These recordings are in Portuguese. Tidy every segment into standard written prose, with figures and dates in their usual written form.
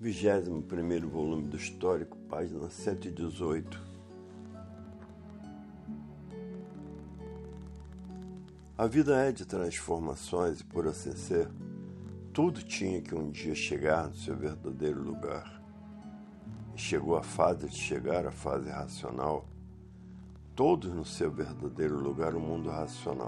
21º volume do Histórico, página 118. A vida é de transformações e, por assim ser, tudo tinha que um dia chegar no seu verdadeiro lugar. E chegou a fase de chegar à fase racional, todos no seu verdadeiro lugar, o mundo racional.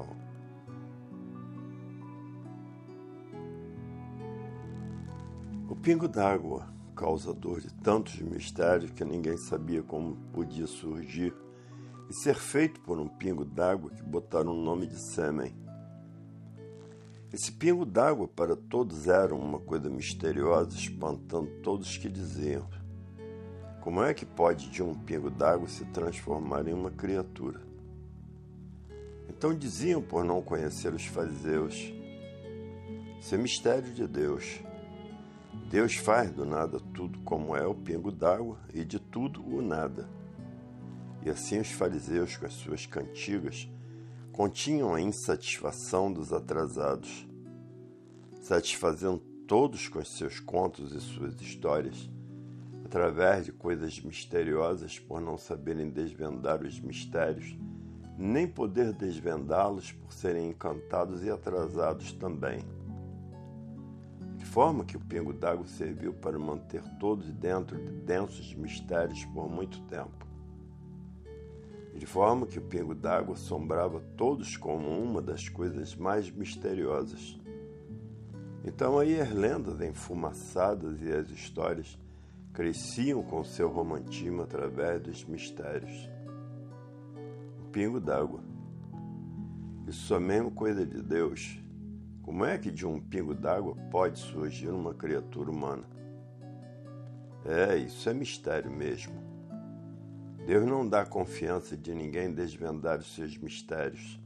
O pingo d'água, causador de tantos mistérios que ninguém sabia como podia surgir e ser feito por um pingo d'água que botaram o nome de sêmen. Esse pingo d'água para todos era uma coisa misteriosa, espantando todos que diziam: como é que pode de um pingo d'água se transformar em uma criatura? Então diziam, por não conhecer os fariseus: isso é mistério de Deus. Deus faz do nada tudo como é o pingo d'água e de tudo o nada. E assim os fariseus, com as suas cantigas, continham a insatisfação dos atrasados, satisfazendo todos com os seus contos e suas histórias, através de coisas misteriosas, por não saberem desvendar os mistérios, nem poder desvendá-los por serem encantados e atrasados também. De forma que o pingo d'água serviu para manter todos dentro de densos mistérios por muito tempo. De forma que o pingo d'água assombrava todos como uma das coisas mais misteriosas. Então aí as lendas enfumaçadas e as histórias cresciam com seu romantismo através dos mistérios. O pingo d'água. Isso é mesmo coisa de Deus. Como é que de um pingo d'água pode surgir uma criatura humana? Isso é mistério mesmo. Deus não dá confiança de ninguém desvendar os seus mistérios.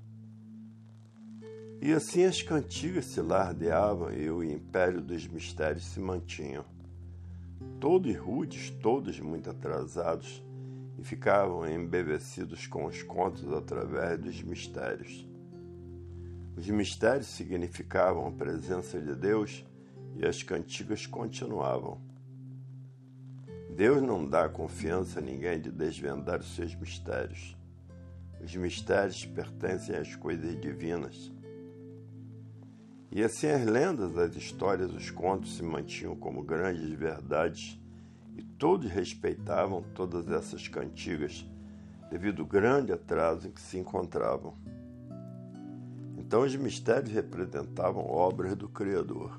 E assim as cantigas se lardeavam e o império dos mistérios se mantinham. Todos rudes, todos muito atrasados, e ficavam embevecidos com os contos através dos mistérios. Os mistérios significavam a presença de Deus e as cantigas continuavam. Deus não dá confiança a ninguém de desvendar os seus mistérios. Os mistérios pertencem às coisas divinas. E assim as lendas, as histórias, os contos se mantinham como grandes verdades e todos respeitavam todas essas cantigas devido ao grande atraso em que se encontravam. Então os mistérios representavam obras do Criador.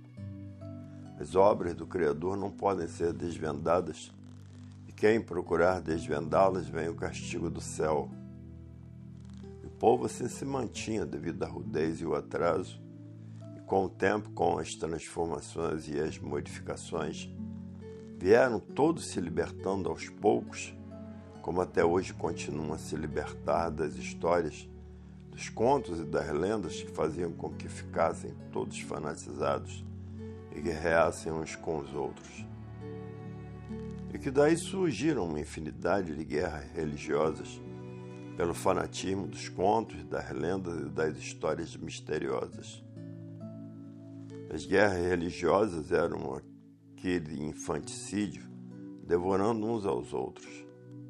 As obras do Criador não podem ser desvendadas, e quem procurar desvendá-las vem o castigo do céu. O povo assim se mantinha devido à rudez e o atraso, e com o tempo, com as transformações e as modificações, vieram todos se libertando aos poucos, como até hoje continuam a se libertar das histórias, dos contos e das lendas que faziam com que ficassem todos fanatizados e guerreassem uns com os outros. E que daí surgiram uma infinidade de guerras religiosas pelo fanatismo dos contos, das lendas e das histórias misteriosas. As guerras religiosas eram aquele infanticídio devorando uns aos outros.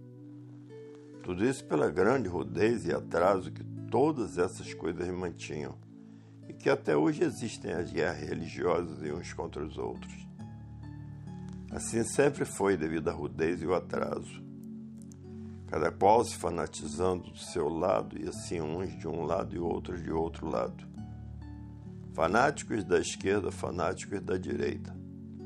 Tudo isso pela grande rudez e atraso que todas essas coisas mantinham, e que até hoje existem as guerras religiosas e uns contra os outros. Assim sempre foi devido à rudez e o atraso. Cada qual se fanatizando do seu lado, e assim uns de um lado e outros de outro lado. Fanáticos da esquerda, fanáticos da direita.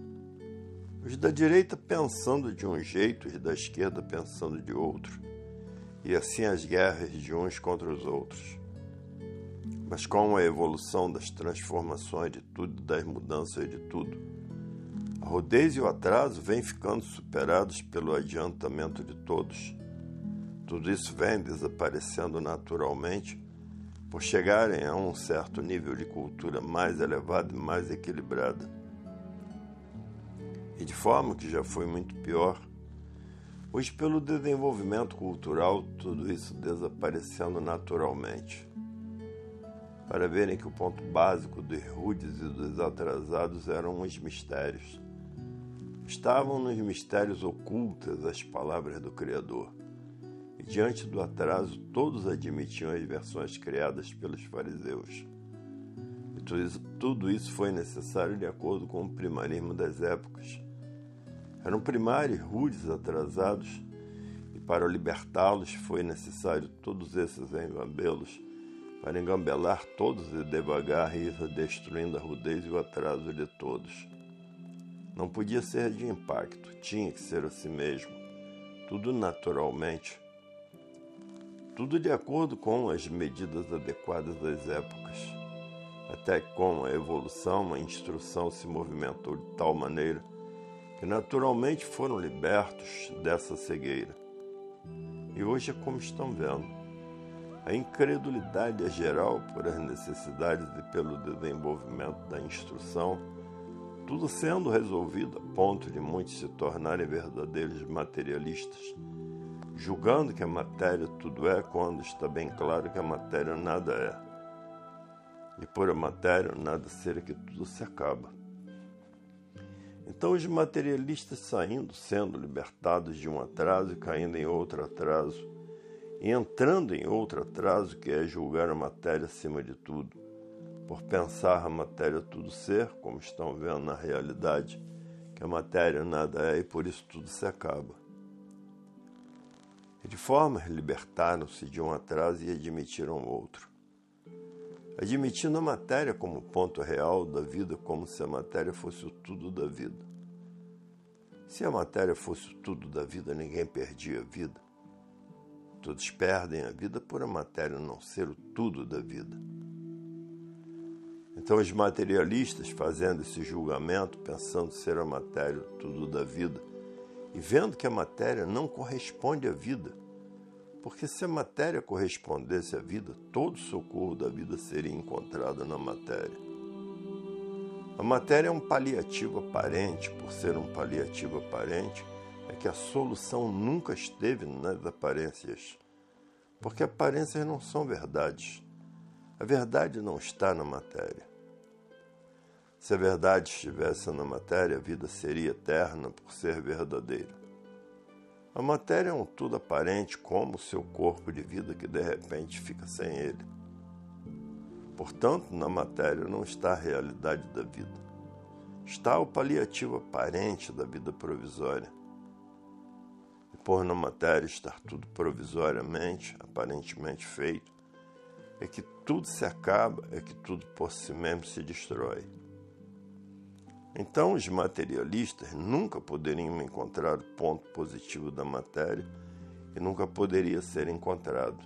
Os da direita pensando de um jeito, os da esquerda pensando de outro. E assim as guerras de uns contra os outros. Mas com a evolução das transformações de tudo, das mudanças de tudo, a rudez e o atraso vêm ficando superados pelo adiantamento de todos. Tudo isso vem desaparecendo naturalmente por chegarem a um certo nível de cultura mais elevado e mais equilibrada. E de forma que já foi muito pior, pois pelo desenvolvimento cultural tudo isso desaparecendo naturalmente. Para verem que o ponto básico dos rudes e dos atrasados eram os mistérios. Estavam nos mistérios ocultas as palavras do Criador. E diante do atraso, todos admitiam as versões criadas pelos fariseus. E tudo isso foi necessário de acordo com o primarismo das épocas. Eram primários, rudes, atrasados, e para libertá-los foi necessário todos esses engambelos, para engambelar todos e devagar ir destruindo a rudez e o atraso de todos. Não podia ser de impacto, tinha que ser assim mesmo, tudo naturalmente, tudo de acordo com as medidas adequadas das épocas, até que com a evolução, a instrução se movimentou de tal maneira que naturalmente foram libertos dessa cegueira. E hoje é como estão vendo. A incredulidade é geral por as necessidades e pelo desenvolvimento da instrução, tudo sendo resolvido a ponto de muitos se tornarem verdadeiros materialistas, julgando que a matéria tudo é, quando está bem claro que a matéria nada é. E por a matéria nada ser que tudo se acaba. Então os materialistas sendo libertados de um atraso e caindo em outro atraso, e entrando em outro atraso, que é julgar a matéria acima de tudo, por pensar a matéria tudo ser, como estão vendo na realidade, que a matéria nada é e por isso tudo se acaba. E de forma libertaram-se de um atraso e admitiram outro. Admitindo a matéria como ponto real da vida, como se a matéria fosse o tudo da vida. Se a matéria fosse o tudo da vida, ninguém perdia a vida. Todos perdem a vida por a matéria não ser o tudo da vida. Então os materialistas, fazendo esse julgamento, pensando ser a matéria o tudo da vida, e vendo que a matéria não corresponde à vida, porque se a matéria correspondesse à vida, todo o socorro da vida seria encontrado na matéria. A matéria é um paliativo aparente, por ser um paliativo aparente, é que a solução nunca esteve nas aparências, porque aparências não são verdades. A verdade não está na matéria. Se a verdade estivesse na matéria, a vida seria eterna por ser verdadeira. A matéria é um tudo aparente, como o seu corpo de vida que de repente fica sem ele. Portanto, na matéria não está a realidade da vida. Está o paliativo aparente da vida provisória. E por na matéria estar tudo provisoriamente, aparentemente feito, é que tudo se acaba, é que tudo por si mesmo se destrói. Então, os materialistas nunca poderiam encontrar o ponto positivo da matéria e nunca poderia ser encontrado.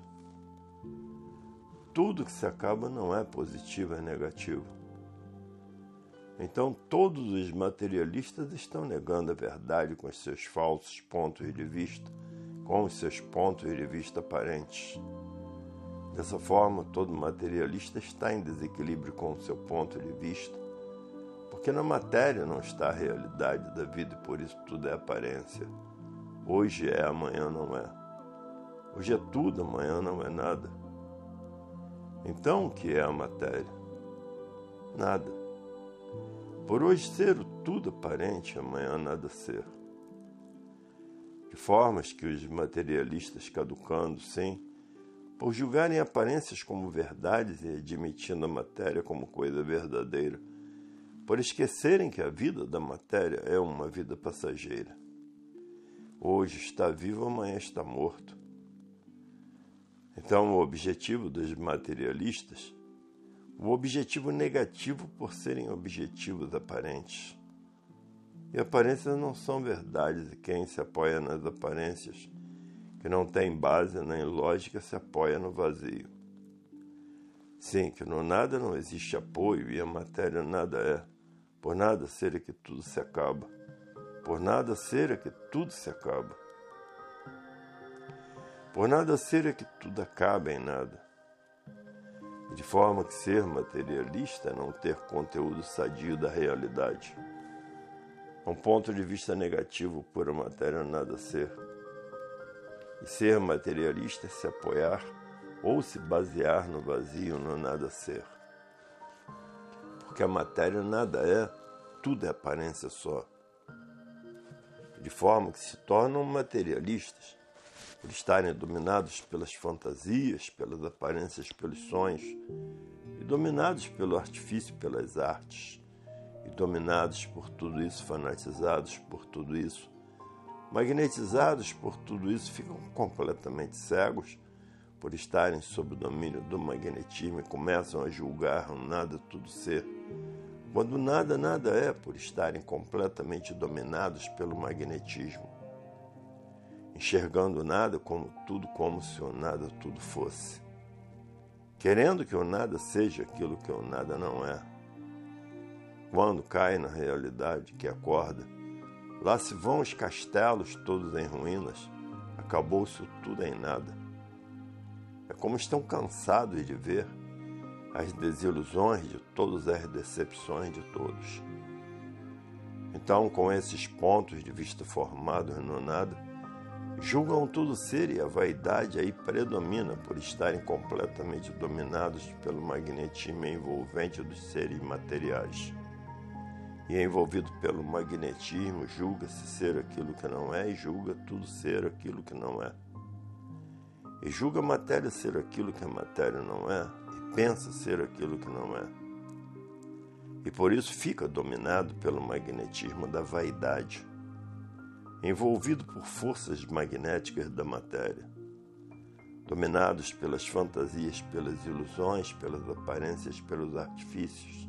Tudo que se acaba não é positivo, é negativo. Então, todos os materialistas estão negando a verdade com os seus falsos pontos de vista, com os seus pontos de vista aparentes. Dessa forma, todo materialista está em desequilíbrio com o seu ponto de vista, porque na matéria não está a realidade da vida e por isso tudo é aparência. Hoje é, amanhã não é. Hoje é tudo, amanhã não é nada. Então, o que é a matéria? Nada. Por hoje ser o tudo aparente, amanhã nada ser. De formas que os materialistas caducando, sim, por julgarem aparências como verdades e admitindo a matéria como coisa verdadeira, por esquecerem que a vida da matéria é uma vida passageira. Hoje está vivo, amanhã está morto. Então, o objetivo dos materialistas, o objetivo negativo por serem objetivos aparentes. E aparências não são verdades, e quem se apoia nas aparências, que não tem base nem lógica, se apoia no vazio. Sim, que no nada não existe apoio e a matéria nada é. Por nada ser é que tudo se acaba. Por nada ser é que tudo se acaba. Por nada ser é que tudo acaba em nada. E de forma que ser materialista é não ter conteúdo sadio da realidade. É um ponto de vista negativo por a matéria nada ser. E ser materialista é se apoiar ou se basear no vazio, no nada ser. Porque a matéria nada é, tudo é aparência só. de forma que se tornam materialistas, por estarem dominados pelas fantasias, pelas aparências, pelos sonhos, e dominados pelo artifício, pelas artes, e dominados por tudo isso, fanatizados por tudo isso, magnetizados por tudo isso, ficam completamente cegos por estarem sob o domínio do magnetismo e começam a julgar o nada tudo ser, quando nada, nada é, por estarem completamente dominados pelo magnetismo, enxergando o nada como se o nada tudo fosse, querendo que o nada seja aquilo que o nada não é. Quando cai na realidade que acorda, lá se vão os castelos todos em ruínas, acabou-se tudo em nada. É como estão cansados de ver as desilusões de todos, as decepções de todos. Então, com esses pontos de vista formados no nada, julgam tudo ser e a vaidade aí predomina por estarem completamente dominados pelo magnetismo envolvente dos seres materiais. E envolvido pelo magnetismo, julga-se ser aquilo que não é e julga tudo ser aquilo que não é. E julga a matéria ser aquilo que a matéria não é e pensa ser aquilo que não é. E por isso fica dominado pelo magnetismo da vaidade, envolvido por forças magnéticas da matéria, dominados pelas fantasias, pelas ilusões, pelas aparências, pelos artifícios.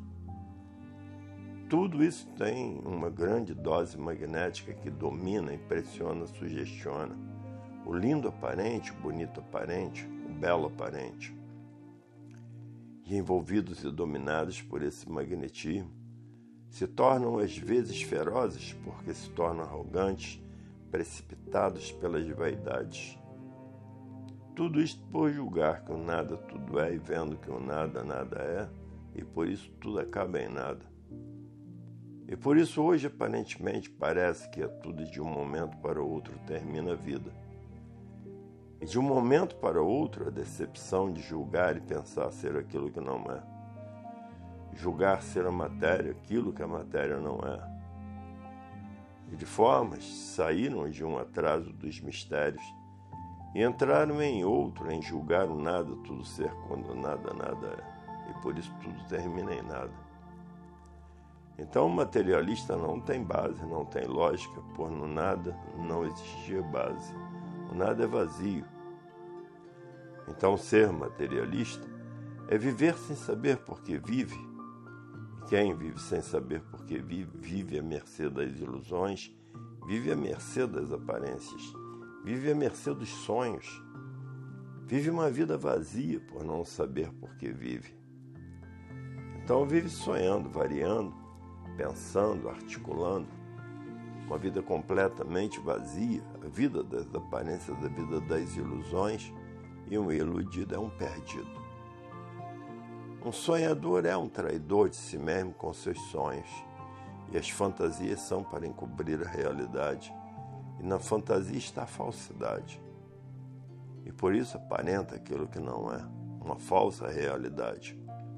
Tudo isso tem uma grande dose magnética que domina, impressiona, sugestiona. O lindo aparente, o bonito aparente, o belo aparente. E envolvidos e dominados por esse magnetismo, se tornam às vezes ferozes porque se tornam arrogantes, precipitados pelas vaidades. Tudo isto por julgar que o nada tudo é e vendo que o nada nada é, e por isso tudo acaba em nada. E por isso hoje aparentemente parece que é tudo e de um momento para o outro termina a vida. E de um momento para outro a decepção de julgar e pensar ser aquilo que não é. Julgar ser a matéria aquilo que a matéria não é. E de formas saíram de um atraso dos mistérios e entraram em outro, em julgar o nada tudo ser quando nada nada é. E por isso tudo termina em nada. Então o materialista não tem base, não tem lógica, por no nada não existia base. O nada é vazio. Então ser materialista é viver sem saber por que vive. E quem vive sem saber por que vive, vive à mercê das ilusões, vive à mercê das aparências, vive à mercê dos sonhos. Vive uma vida vazia por não saber por que vive. Então vive sonhando, variando, pensando, articulando, uma vida completamente vazia, a vida das aparências, a vida das ilusões, e um iludido é um perdido. Um sonhador é um traidor de si mesmo com seus sonhos, e as fantasias são para encobrir a realidade, e na fantasia está a falsidade. E por isso aparenta aquilo que não é, uma falsa realidade.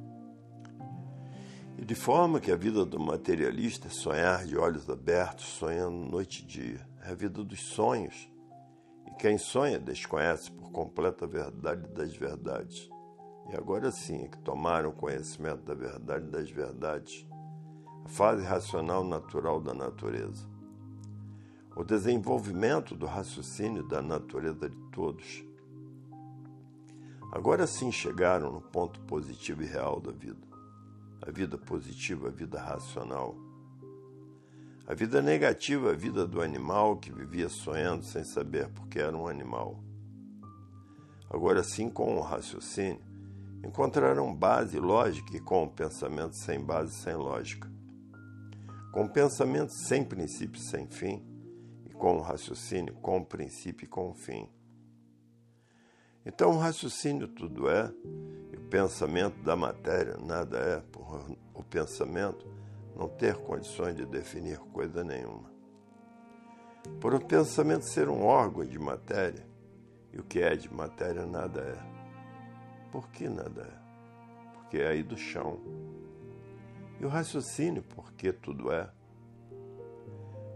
E de forma que a vida do materialista é sonhar de olhos abertos, sonhando noite e dia. É a vida dos sonhos. E quem sonha desconhece por completa a verdade das verdades. E agora sim é que tomaram conhecimento da verdade das verdades, a fase racional natural da natureza. O desenvolvimento do raciocínio da natureza de todos. Agora sim chegaram no ponto positivo e real da vida. A vida positiva, a vida racional. A vida negativa, a vida do animal que vivia sonhando sem saber porque era um animal. Agora sim, com o raciocínio, encontrarão base lógica e com o pensamento sem base, sem lógica. Com o pensamento sem princípio, sem fim, e com o raciocínio com princípio e com fim. Então o raciocínio tudo é, e o pensamento da matéria nada é, por o pensamento não ter condições de definir coisa nenhuma. Por o pensamento ser um órgão de matéria, e o que é de matéria nada é. Por que nada é? Porque é aí do chão. E o raciocínio, porque tudo é.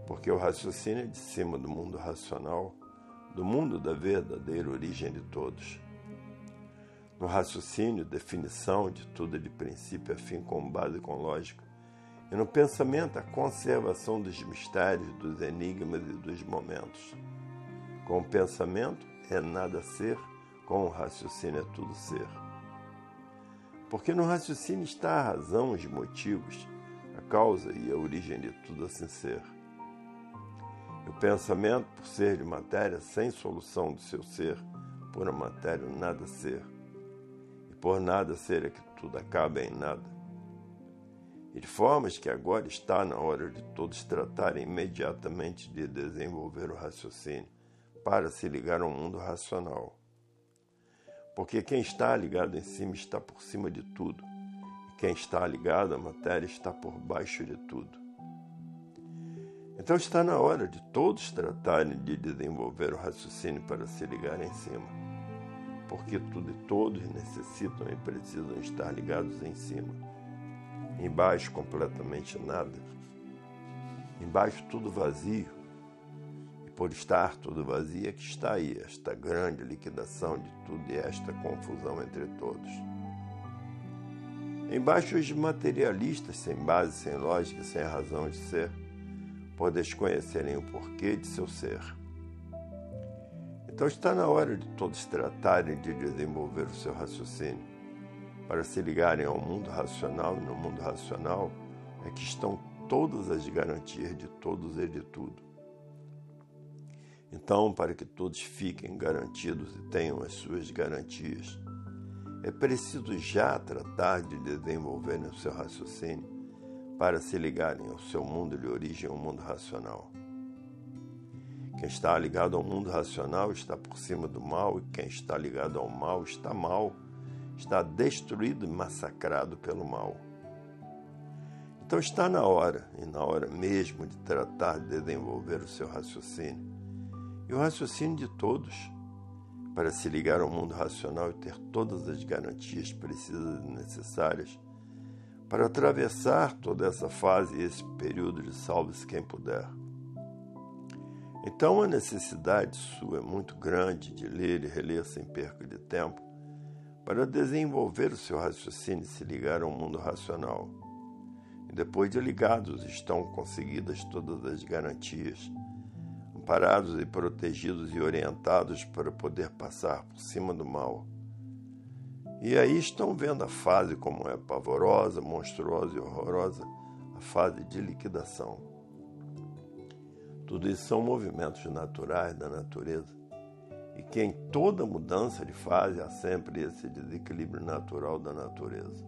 porque o raciocínio é de cima do mundo racional, do mundo da verdadeira origem de todos. No raciocínio, definição de tudo é de princípio a fim com base e com lógica, e no pensamento a conservação dos mistérios, dos enigmas e dos momentos. Com o pensamento é nada ser, com o raciocínio é tudo ser. Porque no raciocínio está a razão, os motivos, a causa e a origem de tudo assim ser. E o pensamento, por ser de matéria, sem solução do seu ser, por a matéria nada ser. E por nada ser é que tudo acaba em nada. E de formas que agora está na hora de todos tratarem imediatamente de desenvolver o raciocínio para se ligar ao mundo racional. Porque quem está ligado em cima está por cima de tudo, e quem está ligado à matéria está por baixo de tudo. Então está na hora de todos tratarem de desenvolver o raciocínio para se ligar em cima, porque tudo e todos necessitam e precisam estar ligados em cima. Embaixo completamente nada, embaixo tudo vazio, e por estar tudo vazio é que está aí esta grande liquidação de tudo e esta confusão entre todos. Embaixo os materialistas sem base, sem lógica, sem razão de ser, por desconhecerem o porquê de seu ser. Então está na hora de todos tratarem de desenvolver o seu raciocínio, para se ligarem ao mundo racional, e no mundo racional é que estão todas as garantias de todos e de tudo. Então, para que todos fiquem garantidos e tenham as suas garantias, é preciso já tratar de desenvolverem o seu raciocínio para se ligarem ao seu mundo de origem, ao mundo racional. Quem está ligado ao mundo racional está por cima do mal, e quem está ligado ao mal, está destruído e massacrado pelo mal. Então está na hora, e na hora mesmo, de tratar de desenvolver o seu raciocínio, e o raciocínio de todos, para se ligar ao mundo racional e ter todas as garantias precisas e necessárias para atravessar toda essa fase e esse período de salve-se quem puder. Então a necessidade sua é muito grande de ler e reler sem perca de tempo para desenvolver o seu raciocínio e se ligar ao mundo racional. E depois de ligados estão conseguidas todas as garantias, amparados e protegidos e orientados para poder passar por cima do mal. E aí estão vendo a fase como é pavorosa, monstruosa e horrorosa, a fase de liquidação. Tudo isso são movimentos naturais da natureza, e que em toda mudança de fase há sempre esse desequilíbrio natural da natureza.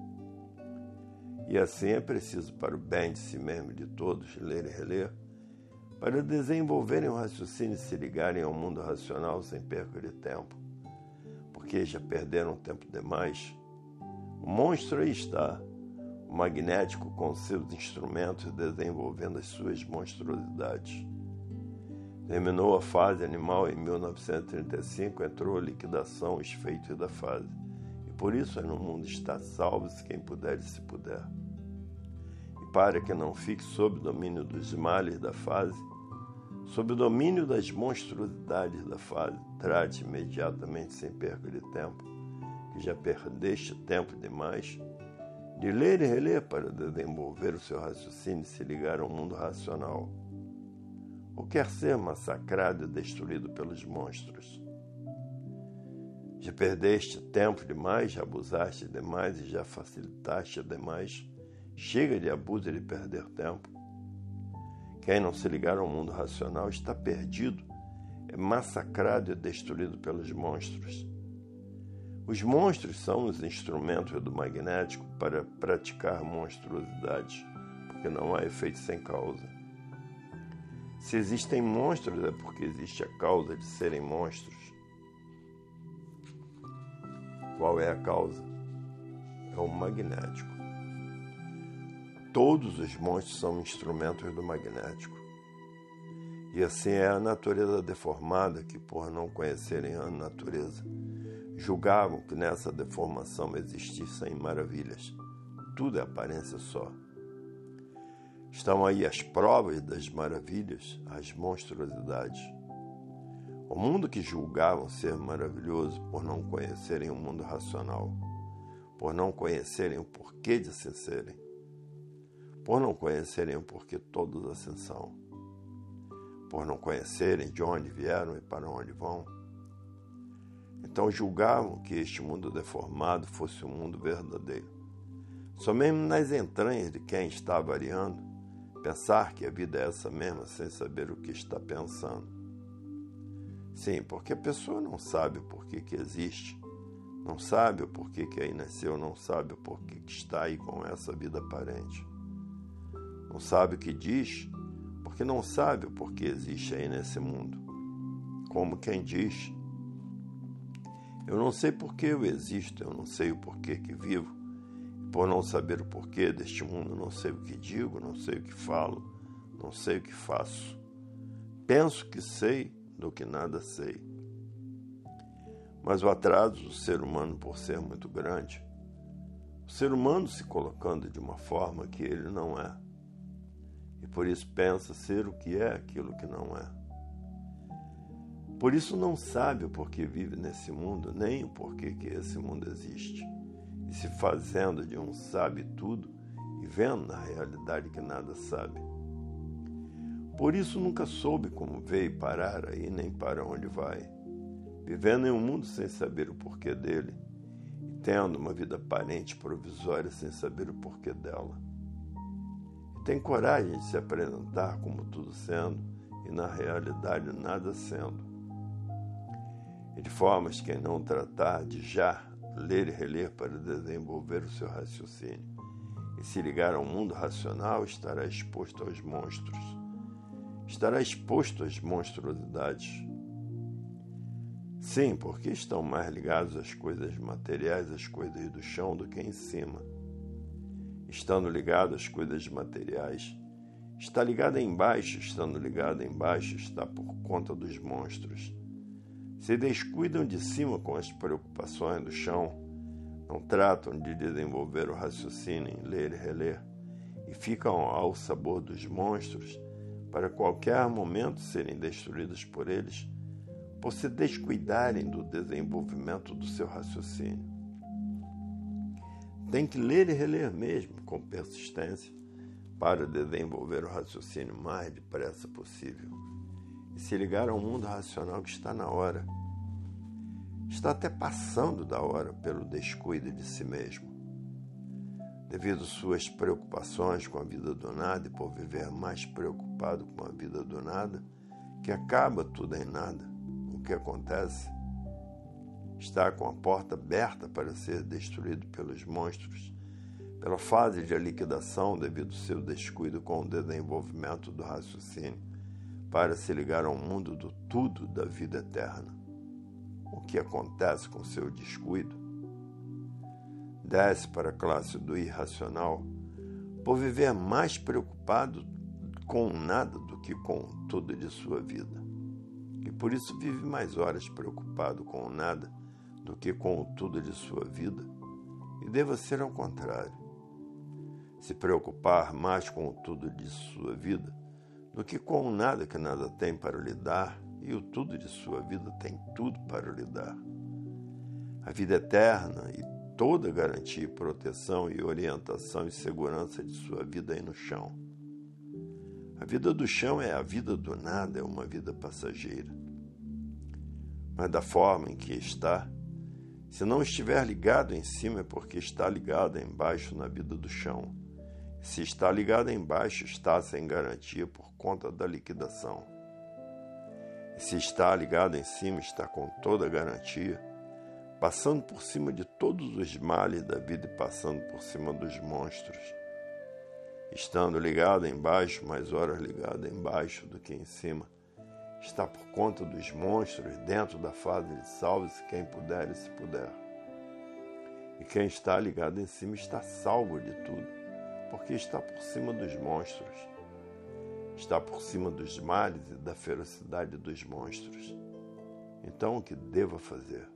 E assim é preciso, para o bem de si mesmo e de todos, ler e reler, para desenvolverem o raciocínio e se ligarem ao mundo racional sem perca de tempo, porque já perderam tempo demais. O monstro aí está, o magnético com seus instrumentos desenvolvendo as suas monstruosidades. Terminou a fase animal em 1935, entrou a liquidação, os feitos da fase. E por isso no mundo está salvo-se quem puder e se puder. E para que não fique sob o domínio dos males da fase, sob o domínio das monstruosidades da fase, trate imediatamente, sem perca de tempo, que já perdeste tempo demais, de ler e reler para desenvolver o seu raciocínio e se ligar ao mundo racional. Ou quer ser massacrado e destruído pelos monstros. Já perdeste tempo demais, já abusaste demais e já facilitaste demais. Chega de abuso e de perder tempo. Quem não se ligar ao mundo racional está perdido, é massacrado e destruído pelos monstros. Os monstros são os instrumentos do magnético para praticar monstruosidades, porque não há efeito sem causa. Se existem monstros, é porque existe a causa de serem monstros. Qual é a causa? É o magnético. Todos os monstros são instrumentos do magnético. E assim é a natureza deformada que, por não conhecerem a natureza, julgavam que nessa deformação existissem maravilhas. Tudo é aparência só. Estão aí as provas das maravilhas, as monstruosidades. O mundo que julgavam ser maravilhoso por não conhecerem o mundo racional, por não conhecerem o porquê de assim serem, por não conhecerem o porquê todos assim são, por não conhecerem de onde vieram e para onde vão. Então julgavam que este mundo deformado fosse o mundo verdadeiro. Só mesmo nas entranhas de quem está variando, pensar que a vida é essa mesma sem saber o que está pensando. Sim, porque a pessoa não sabe o porquê que existe, não sabe o porquê que aí nasceu, não sabe o porquê que está aí com essa vida aparente. Não sabe o que diz, porque não sabe o porquê existe aí nesse mundo. Como quem diz: eu não sei porquê eu existo, eu não sei o porquê que vivo, e por não saber o porquê deste mundo, não sei o que digo, não sei o que falo, não sei o que faço. Penso que sei do que nada sei. Mas o atraso do ser humano, por ser muito grande, o ser humano se colocando de uma forma que ele não é, e por isso pensa ser o que é aquilo que não é. Por isso não sabe o porquê vive nesse mundo, nem o porquê que esse mundo existe, e se fazendo de um sabe tudo e vendo na realidade que nada sabe. Por isso nunca soube como veio parar aí, nem para onde vai, vivendo em um mundo sem saber o porquê dele, e tendo uma vida aparente provisória sem saber o porquê dela. E tem coragem de se apresentar como tudo sendo, e na realidade nada sendo. E de formas que não tratar de já ler e reler para desenvolver o seu raciocínio, e se ligar ao mundo racional, estará exposto aos monstros. Estará exposto às monstruosidades. Sim, porque estão mais ligados às coisas materiais, às coisas do chão, do que em cima. Estando ligado às coisas materiais, está ligado embaixo, estando ligado embaixo, está por conta dos monstros. Se descuidam de cima com as preocupações do chão, não tratam de desenvolver o raciocínio em ler e reler, e ficam ao sabor dos monstros, para qualquer momento serem destruídos por eles, por se descuidarem do desenvolvimento do seu raciocínio. Tem que ler e reler mesmo, com persistência, para desenvolver o raciocínio mais depressa possível e se ligar ao mundo racional que está na hora. Está até passando da hora pelo descuido de si mesmo, devido às suas preocupações com a vida do nada e por viver mais preocupado com a vida do nada, que acaba tudo em nada. O que acontece? Está com a porta aberta para ser destruído pelos monstros, pela fase de liquidação devido ao seu descuido com o desenvolvimento do raciocínio, para se ligar ao mundo do tudo da vida eterna. O que acontece com seu descuido? Desce para a classe do irracional por viver mais preocupado com nada do que com tudo de sua vida. E por isso vive mais horas preocupado com nada do que com tudo de sua vida. E deva ser ao contrário. Se preocupar mais com tudo de sua vida do que com nada que nada tem para lhe dar, e o tudo de sua vida tem tudo para lhe dar. A vida eterna e toda garantia, proteção e orientação e segurança de sua vida aí no chão. A vida do chão é a vida do nada, é uma vida passageira. Mas da forma em que está, se não estiver ligado em cima é porque está ligado embaixo na vida do chão. Se está ligado embaixo, está sem garantia por conta da liquidação. E se está ligado em cima, está com toda a garantia, passando por cima de todos os males da vida e passando por cima dos monstros. Estando ligado embaixo, mais horas ligado embaixo do que em cima, está por conta dos monstros dentro da fase de salve-se quem puder e se puder. E quem está ligado em cima está salvo de tudo, porque está por cima dos monstros. Está por cima dos males e da ferocidade dos monstros. Então o que deva fazer?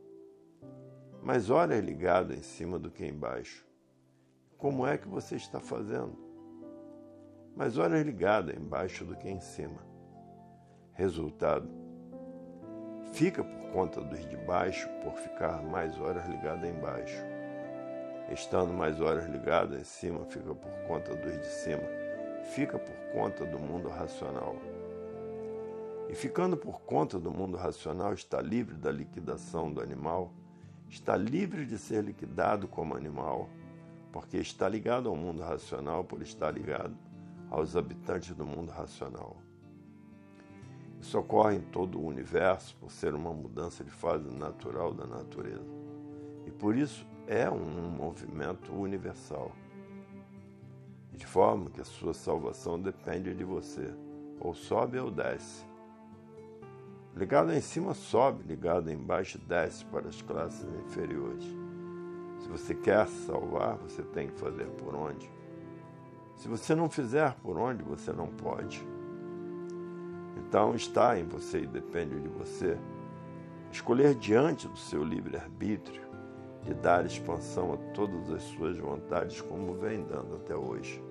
Mais horas ligado em cima do que embaixo. Como é que você está fazendo? mais horas ligado embaixo do que em cima. Resultado: fica por conta dos de baixo por ficar mais horas ligado embaixo. Estando mais horas ligado em cima, fica por conta dos de cima. Fica por conta do mundo racional. E ficando por conta do mundo racional, está livre da liquidação do animal, está livre de ser liquidado como animal, porque está ligado ao mundo racional por estar ligado aos habitantes do mundo racional. Isso ocorre em todo o universo por ser uma mudança de fase natural da natureza. E por isso é um movimento universal. De forma que a sua salvação depende de você. Ou sobe ou desce. Ligado em cima sobe, ligado embaixo desce para as classes inferiores. Se você quer se salvar, você tem que fazer por onde. Se você não fizer por onde, você não pode. Então está em você e depende de você escolher diante do seu livre-arbítrio de dar expansão a todas as suas vontades como vem dando até hoje.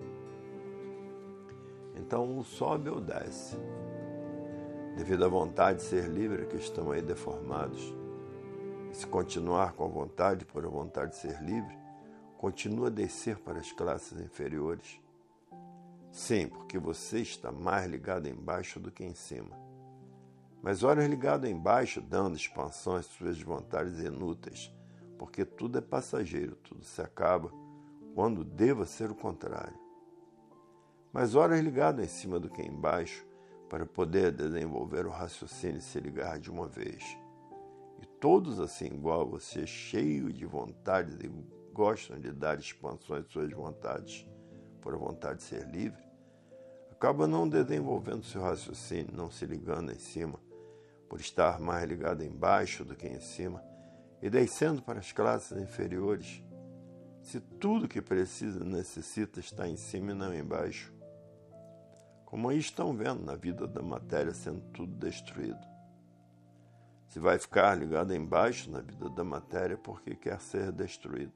Então, ou sobe ou desce. Devido à vontade de ser livre que estão aí deformados. E se continuar com a vontade por a vontade de ser livre, continua a descer para as classes inferiores. Sim, porque você está mais ligado embaixo do que em cima. Mas horas ligado embaixo, dando expansão às suas vontades inúteis, porque tudo é passageiro, tudo se acaba, quando deva ser o contrário. Mas horas ligado em cima do que embaixo, para poder desenvolver o raciocínio e se ligar de uma vez. E todos assim igual a você, cheios de vontades e gostam de dar expansões às suas vontades, por a vontade de ser livre, acaba não desenvolvendo seu raciocínio, não se ligando em cima, por estar mais ligado embaixo do que em cima, e descendo para as classes inferiores, se tudo que precisa e necessita está em cima e não embaixo. Como aí estão vendo na vida da matéria sendo tudo destruído. Se vai ficar ligado embaixo na vida da matéria porque quer ser destruído.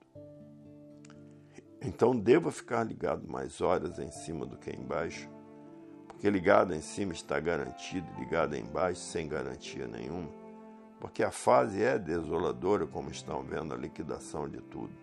Então deva ficar ligado mais horas em cima do que embaixo, porque ligado em cima está garantido, ligado embaixo sem garantia nenhuma, porque a fase é desoladora, como estão vendo a liquidação de tudo.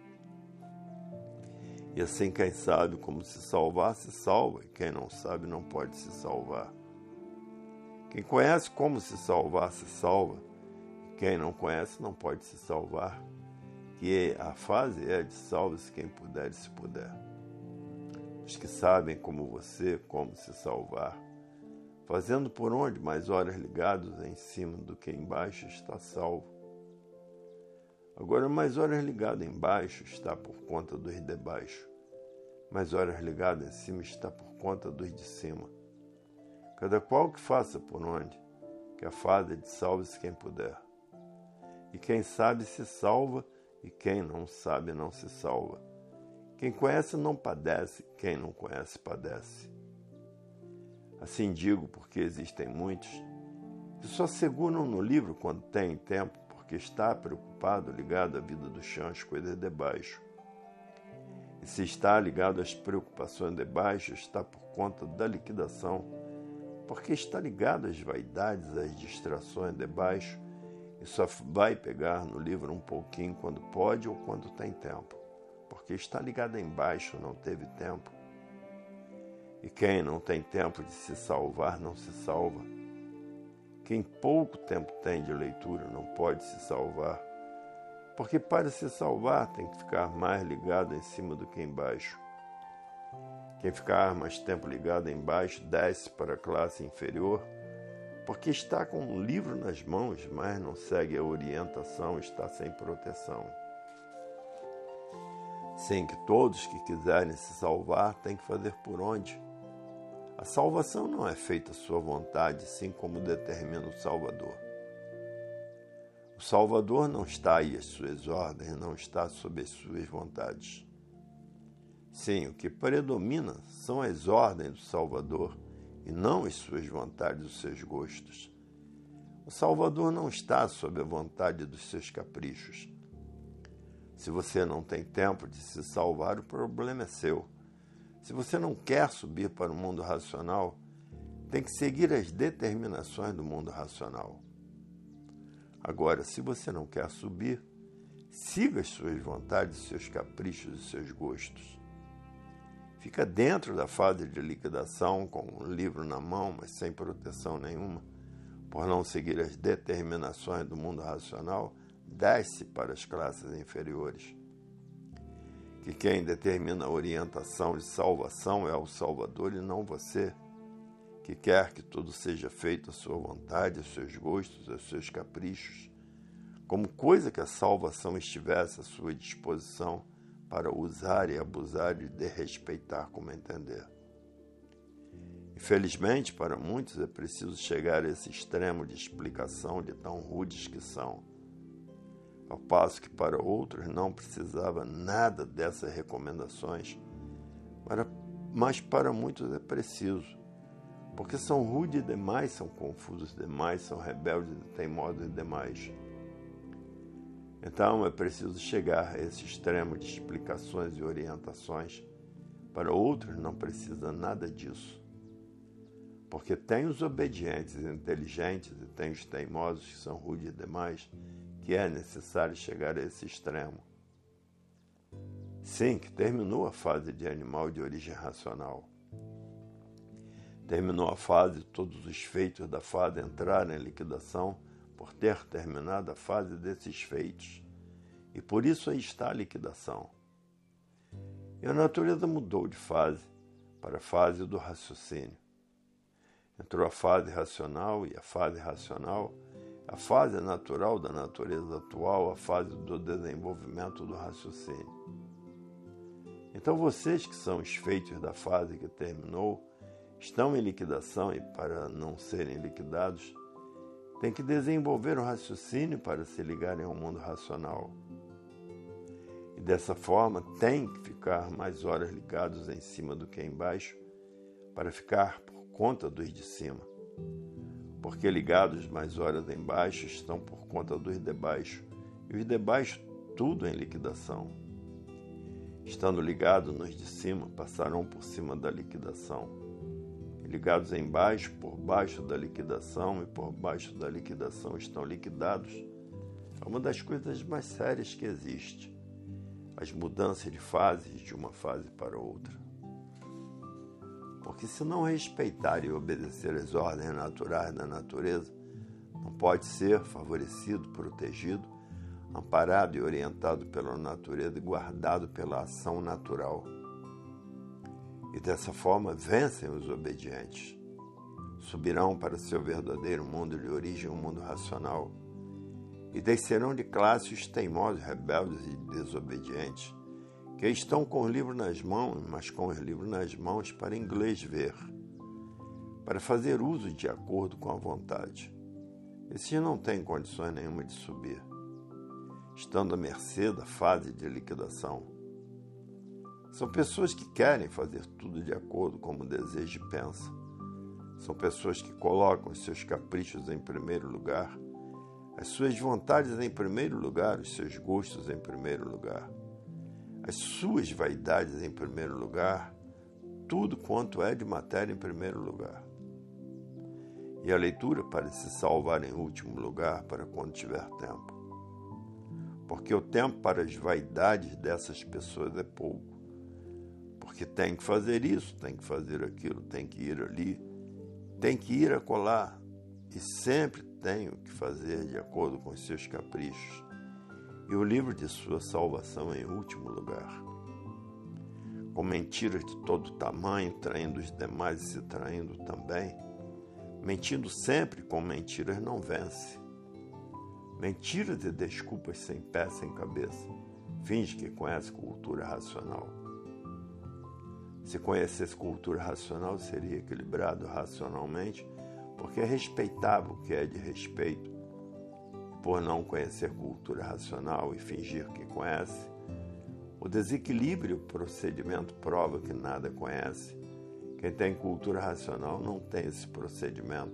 E assim quem sabe como se salvar, se salva, e quem não sabe não pode se salvar. Quem conhece como se salvar, se salva, e quem não conhece não pode se salvar. Que a fase é de salve-se quem puder e se puder. Os que sabem como você, como se salvar, fazendo por onde mais horas ligados em cima do que embaixo está salvo. Agora, mais horas ligado embaixo está por conta dos de baixo. Mais horas ligado em cima está por conta dos de cima. Cada qual que faça por onde, que a fase é de salve-se quem puder. E quem sabe se salva, e quem não sabe não se salva. Quem conhece não padece, quem não conhece padece. Assim digo porque existem muitos que só seguram no livro quando têm tempo, porque está preocupado, ligado à vida do chão, às coisas de baixo. E se está ligado às preocupações de baixo, está por conta da liquidação, porque está ligado às vaidades, às distrações de baixo, e só vai pegar no livro um pouquinho quando pode ou quando tem tempo, porque está ligado embaixo, não teve tempo. E quem não tem tempo de se salvar, não se salva. Quem pouco tempo tem de leitura não pode se salvar, porque para se salvar tem que ficar mais ligado em cima do que embaixo. Quem ficar mais tempo ligado embaixo desce para a classe inferior, porque está com um livro nas mãos, mas não segue a orientação, está sem proteção. Sim, que todos que quiserem se salvar têm que fazer por onde? A salvação não é feita à sua vontade, sim como determina o Salvador. O Salvador não está aí às suas ordens, não está sob as suas vontades. Sim, o que predomina são as ordens do Salvador e não as suas vontades, os seus gostos. O Salvador não está sob a vontade dos seus caprichos. Se você não tem tempo de se salvar, o problema é seu. Se você não quer subir para o mundo racional, tem que seguir as determinações do mundo racional. Agora, se você não quer subir, siga as suas vontades, seus caprichos e seus gostos. Fica dentro da fase de liquidação, com um livro na mão, mas sem proteção nenhuma, por não seguir as determinações do mundo racional, desce para as classes inferiores. Que quem determina a orientação de salvação é o Salvador e não você, que quer que tudo seja feito à sua vontade, aos seus gostos, aos seus caprichos, como coisa que a salvação estivesse à sua disposição para usar e abusar e desrespeitar como entender. Infelizmente, para muitos é preciso chegar a esse extremo de explicação de tão rudes que são, ao passo que para outros não precisava nada dessas recomendações, mas para muitos é preciso, porque são rudes demais, são confusos demais, são rebeldes e teimosos demais. Então é preciso chegar a esse extremo de explicações e orientações. Para outros não precisa nada disso, porque tem os obedientes e inteligentes e tem os teimosos que são rudes demais, que é necessário chegar a esse extremo. Sim, que terminou a fase de animal de origem racional. Terminou a fase, todos os feitos da fase entraram em liquidação por ter terminado a fase desses feitos. E por isso aí está a liquidação. E a natureza mudou de fase para a fase do raciocínio. Entrou a fase racional e a fase racional, a fase natural da natureza atual, a fase do desenvolvimento do raciocínio. Então vocês que são os feitos da fase que terminou, estão em liquidação e para não serem liquidados, têm que desenvolver o raciocínio para se ligarem ao mundo racional. E dessa forma têm que ficar mais horas ligados em cima do que embaixo para ficar por conta dos de cima. Porque ligados mais horas embaixo estão por conta dos de baixo. E os de baixo tudo em liquidação. Estando ligados nos de cima, passarão por cima da liquidação. Ligados embaixo, por baixo da liquidação, e por baixo da liquidação estão liquidados. É uma das coisas mais sérias que existe. As mudanças de fases de uma fase para outra. Porque se não respeitar e obedecer às ordens naturais da natureza, não pode ser favorecido, protegido, amparado e orientado pela natureza e guardado pela ação natural. E dessa forma vencem os obedientes. Subirão para seu verdadeiro mundo de origem, um mundo racional, e descerão de classe os teimosos, rebeldes e desobedientes, que estão com o livro nas mãos, mas com os livros nas mãos para inglês ver, para fazer uso de acordo com a vontade. Esses não têm condições nenhuma de subir, estando à mercê da fase de liquidação. São pessoas que querem fazer tudo de acordo com o desejo e pensa. São pessoas que colocam os seus caprichos em primeiro lugar, as suas vontades em primeiro lugar, os seus gostos em primeiro lugar, as suas vaidades em primeiro lugar, tudo quanto é de matéria em primeiro lugar. E a leitura para se salvar em último lugar para quando tiver tempo. Porque o tempo para as vaidades dessas pessoas é pouco. Porque tem que fazer isso, tem que fazer aquilo, tem que ir ali, tem que ir acolá. E sempre tem o que fazer de acordo com os seus caprichos. E o livro de sua salvação em último lugar. Com mentiras de todo tamanho, traindo os demais e se traindo também. Mentindo sempre com mentiras não vence. Mentiras e desculpas sem pé, sem cabeça. Finge que conhece cultura racional. Se conhecesse cultura racional, seria equilibrado racionalmente, porque respeitava o que é de respeito. Por não conhecer cultura racional e fingir que conhece, o desequilíbrio e o procedimento prova que nada conhece. Quem tem cultura racional não tem esse procedimento.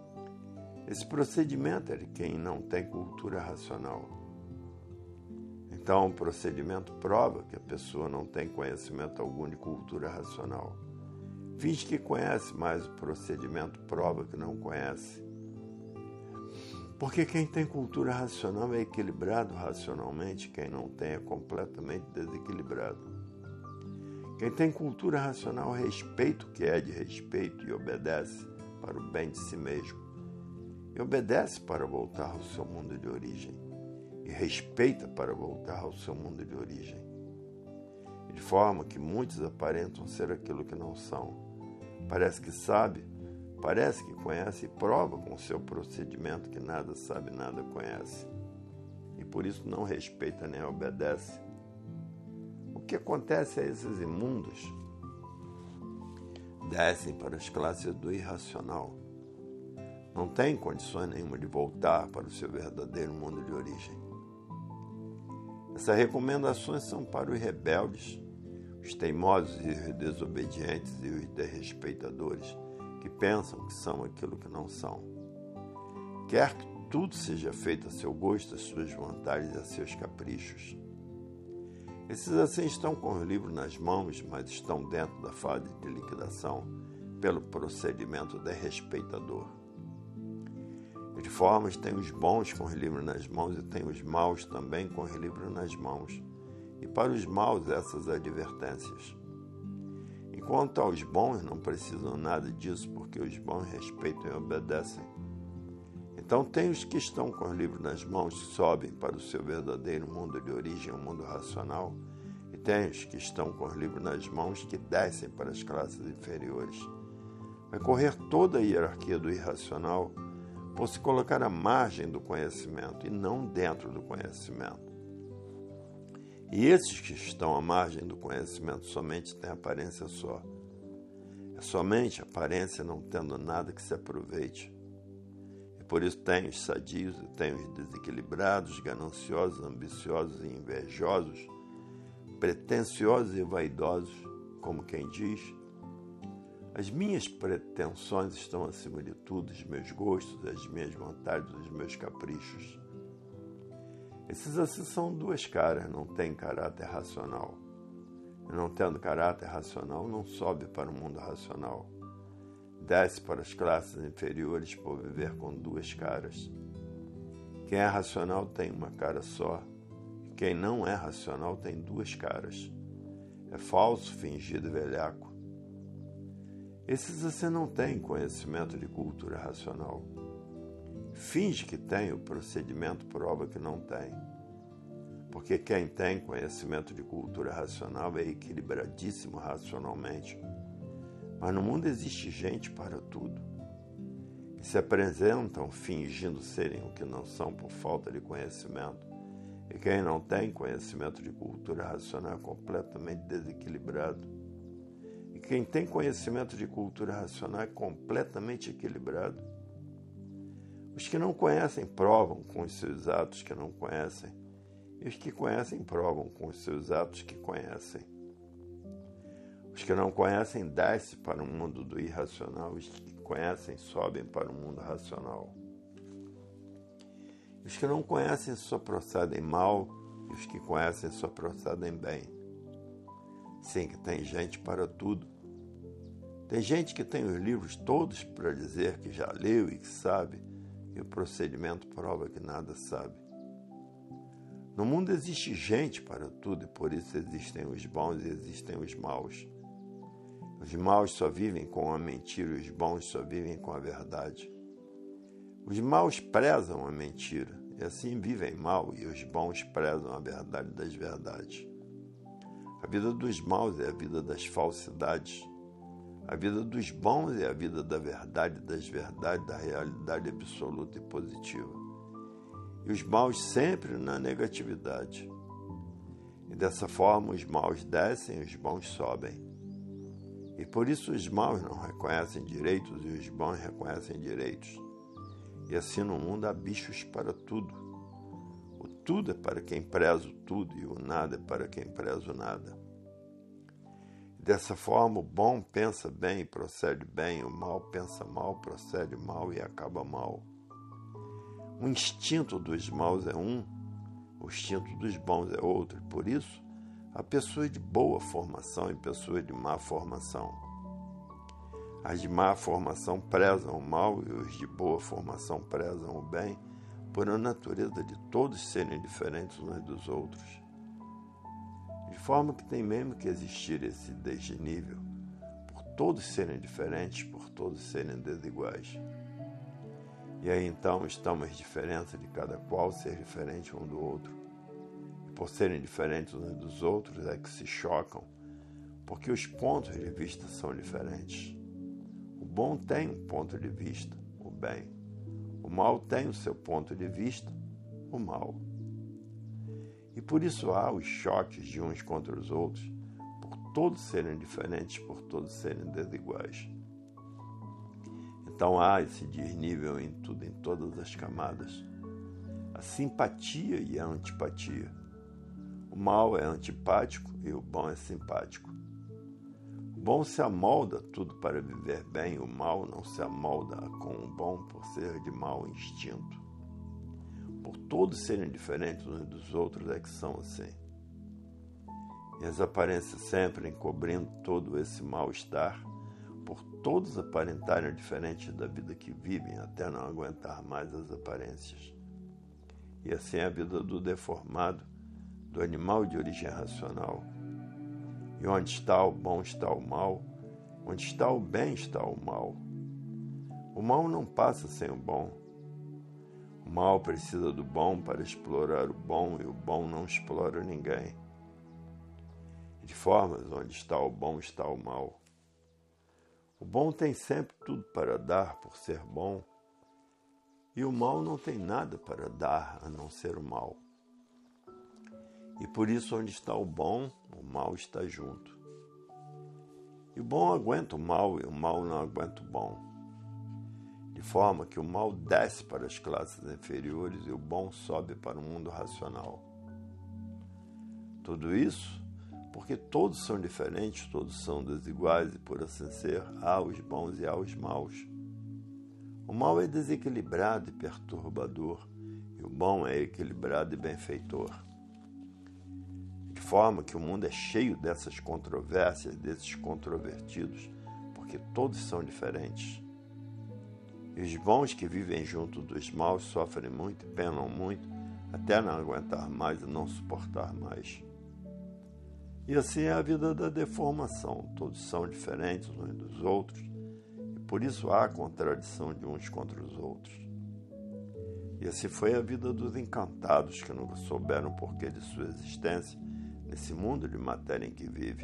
Esse procedimento é de quem não tem cultura racional. Então, o procedimento prova que a pessoa não tem conhecimento algum de cultura racional. Finge que conhece, mas o procedimento prova que não conhece. Porque quem tem cultura racional é equilibrado racionalmente, quem não tem é completamente desequilibrado. Quem tem cultura racional respeita o que é de respeito e obedece para o bem de si mesmo. E obedece para voltar ao seu mundo de origem. E respeita para voltar ao seu mundo de origem. E de forma que muitos aparentam ser aquilo que não são. Parece que sabe, parece que conhece e prova com o seu procedimento que nada sabe, nada conhece. E por isso não respeita nem obedece. O que acontece a esses imundos? Descem para as classes do irracional. Não têm condições nenhuma de voltar para o seu verdadeiro mundo de origem. Essas recomendações são para os rebeldes, os teimosos e os desobedientes e os desrespeitadores, que pensam que são aquilo que não são. Quer que tudo seja feito a seu gosto, às suas vontades e a seus caprichos. Esses assim estão com os livros nas mãos, mas estão dentro da fase de liquidação pelo procedimento desrespeitador. E de formas, tem os bons com os livros nas mãos e tem os maus também com os livros nas mãos. E para os maus, essas advertências. Enquanto aos bons, não precisam nada disso, porque os bons respeitam e obedecem. Então tem os que estão com os livros nas mãos, que sobem para o seu verdadeiro mundo de origem, o mundo racional, e tem os que estão com os livros nas mãos, que descem para as classes inferiores. Vai correr toda a hierarquia do irracional por se colocar à margem do conhecimento e não dentro do conhecimento. E esses que estão à margem do conhecimento somente têm aparência só. É somente aparência, não tendo nada que se aproveite. E por isso tem os sadios e tem os desequilibrados, gananciosos, ambiciosos e invejosos, pretensiosos e vaidosos, como quem diz: as minhas pretensões estão acima de tudo, os meus gostos, as minhas vontades, os meus caprichos. Esses assim são duas caras, não têm caráter racional. E não tendo caráter racional, não sobe para o mundo racional. Desce para as classes inferiores por viver com duas caras. Quem é racional tem uma cara só. E quem não é racional tem duas caras. É falso, fingido e velhaco. Esses assim não têm conhecimento de cultura racional. Finge que tem, o procedimento prova que não tem. Porque quem tem conhecimento de cultura racional é equilibradíssimo racionalmente. Mas no mundo existe gente para tudo. Que se apresentam fingindo serem o que não são por falta de conhecimento. E quem não tem conhecimento de cultura racional é completamente desequilibrado. E quem tem conhecimento de cultura racional é completamente equilibrado. Os que não conhecem provam com os seus atos que não conhecem. E os que conhecem provam com os seus atos que conhecem. Os que não conhecem descem para o mundo do irracional. Os que conhecem sobem para o mundo racional. Os que não conhecem só procedem mal. E os que conhecem só procedem bem. Sim, que tem gente para tudo. Tem gente que tem os livros todos para dizer que já leu e que sabe. E o procedimento prova que nada sabe. No mundo existe gente para tudo e por isso existem os bons e existem os maus. Os maus só vivem com a mentira e os bons só vivem com a verdade. Os maus prezam a mentira e assim vivem mal e os bons prezam a verdade das verdades. A vida dos maus é a vida das falsidades. A vida dos bons é a vida da verdade, das verdades, da realidade absoluta e positiva. E os maus sempre na negatividade. E dessa forma os maus descem e os bons sobem. E por isso os maus não reconhecem direitos e os bons reconhecem direitos. E assim no mundo há bichos para tudo. O tudo é para quem preza o tudo e o nada é para quem preza o nada. Dessa forma, o bom pensa bem e procede bem, o mal pensa mal, procede mal e acaba mal. O instinto dos maus é um, O instinto dos bons é outro, e por isso há pessoas de boa formação e pessoas de má formação. As de má formação prezam o mal e os de boa formação prezam o bem, por a natureza de todos serem diferentes uns dos outros. De forma que tem mesmo que existir esse desnível, por todos serem diferentes, por todos serem desiguais. E aí então estamos diferentes de cada qual ser diferente um do outro. E por serem diferentes uns dos outros é que se chocam, porque os pontos de vista são diferentes. O bom tem um ponto de vista, o bem. O mal tem o seu ponto de vista, o mal. E por isso há os choques de uns contra os outros, por todos serem diferentes, por todos serem desiguais. Então há esse desnível em tudo, em todas as camadas. A simpatia e a antipatia. O mal é antipático e o bom é simpático. O bom se amolda tudo para viver bem, o mal não se amolda com o bom por ser de mau instinto. Por todos serem diferentes uns dos outros é que são assim. E as aparências sempre encobrindo todo esse mal-estar, por todos aparentarem diferentes da vida que vivem até não aguentar mais as aparências. E assim é a vida do deformado, do animal de origem racional. E onde está o bom está o mal, onde está o bem está o mal. O mal não passa sem o bom. O mal precisa do bom para explorar o bom e o bom não explora ninguém. De formas onde está o bom está o mal. O bom tem sempre tudo para dar por ser bom, e o mal não tem nada para dar a não ser o mal. E por isso onde está o bom, o mal está junto. E o bom aguenta o mal e o mal não aguenta o bom. De forma que o mal desce para as classes inferiores e o bom sobe para o mundo racional. Tudo isso porque todos são diferentes, todos são desiguais e, por assim ser, há os bons e há os maus. O mal é desequilibrado e perturbador, e o bom é equilibrado e benfeitor. De forma que o mundo é cheio dessas controvérsias, desses controvertidos, porque todos são diferentes. E os bons que vivem junto dos maus sofrem muito e penam muito, até não aguentar mais e não suportar mais. E assim é a vida da deformação. Todos são diferentes uns dos outros, e por isso há contradição de uns contra os outros. E assim foi a vida dos encantados, que nunca souberam o porquê de sua existência nesse mundo de matéria em que vive.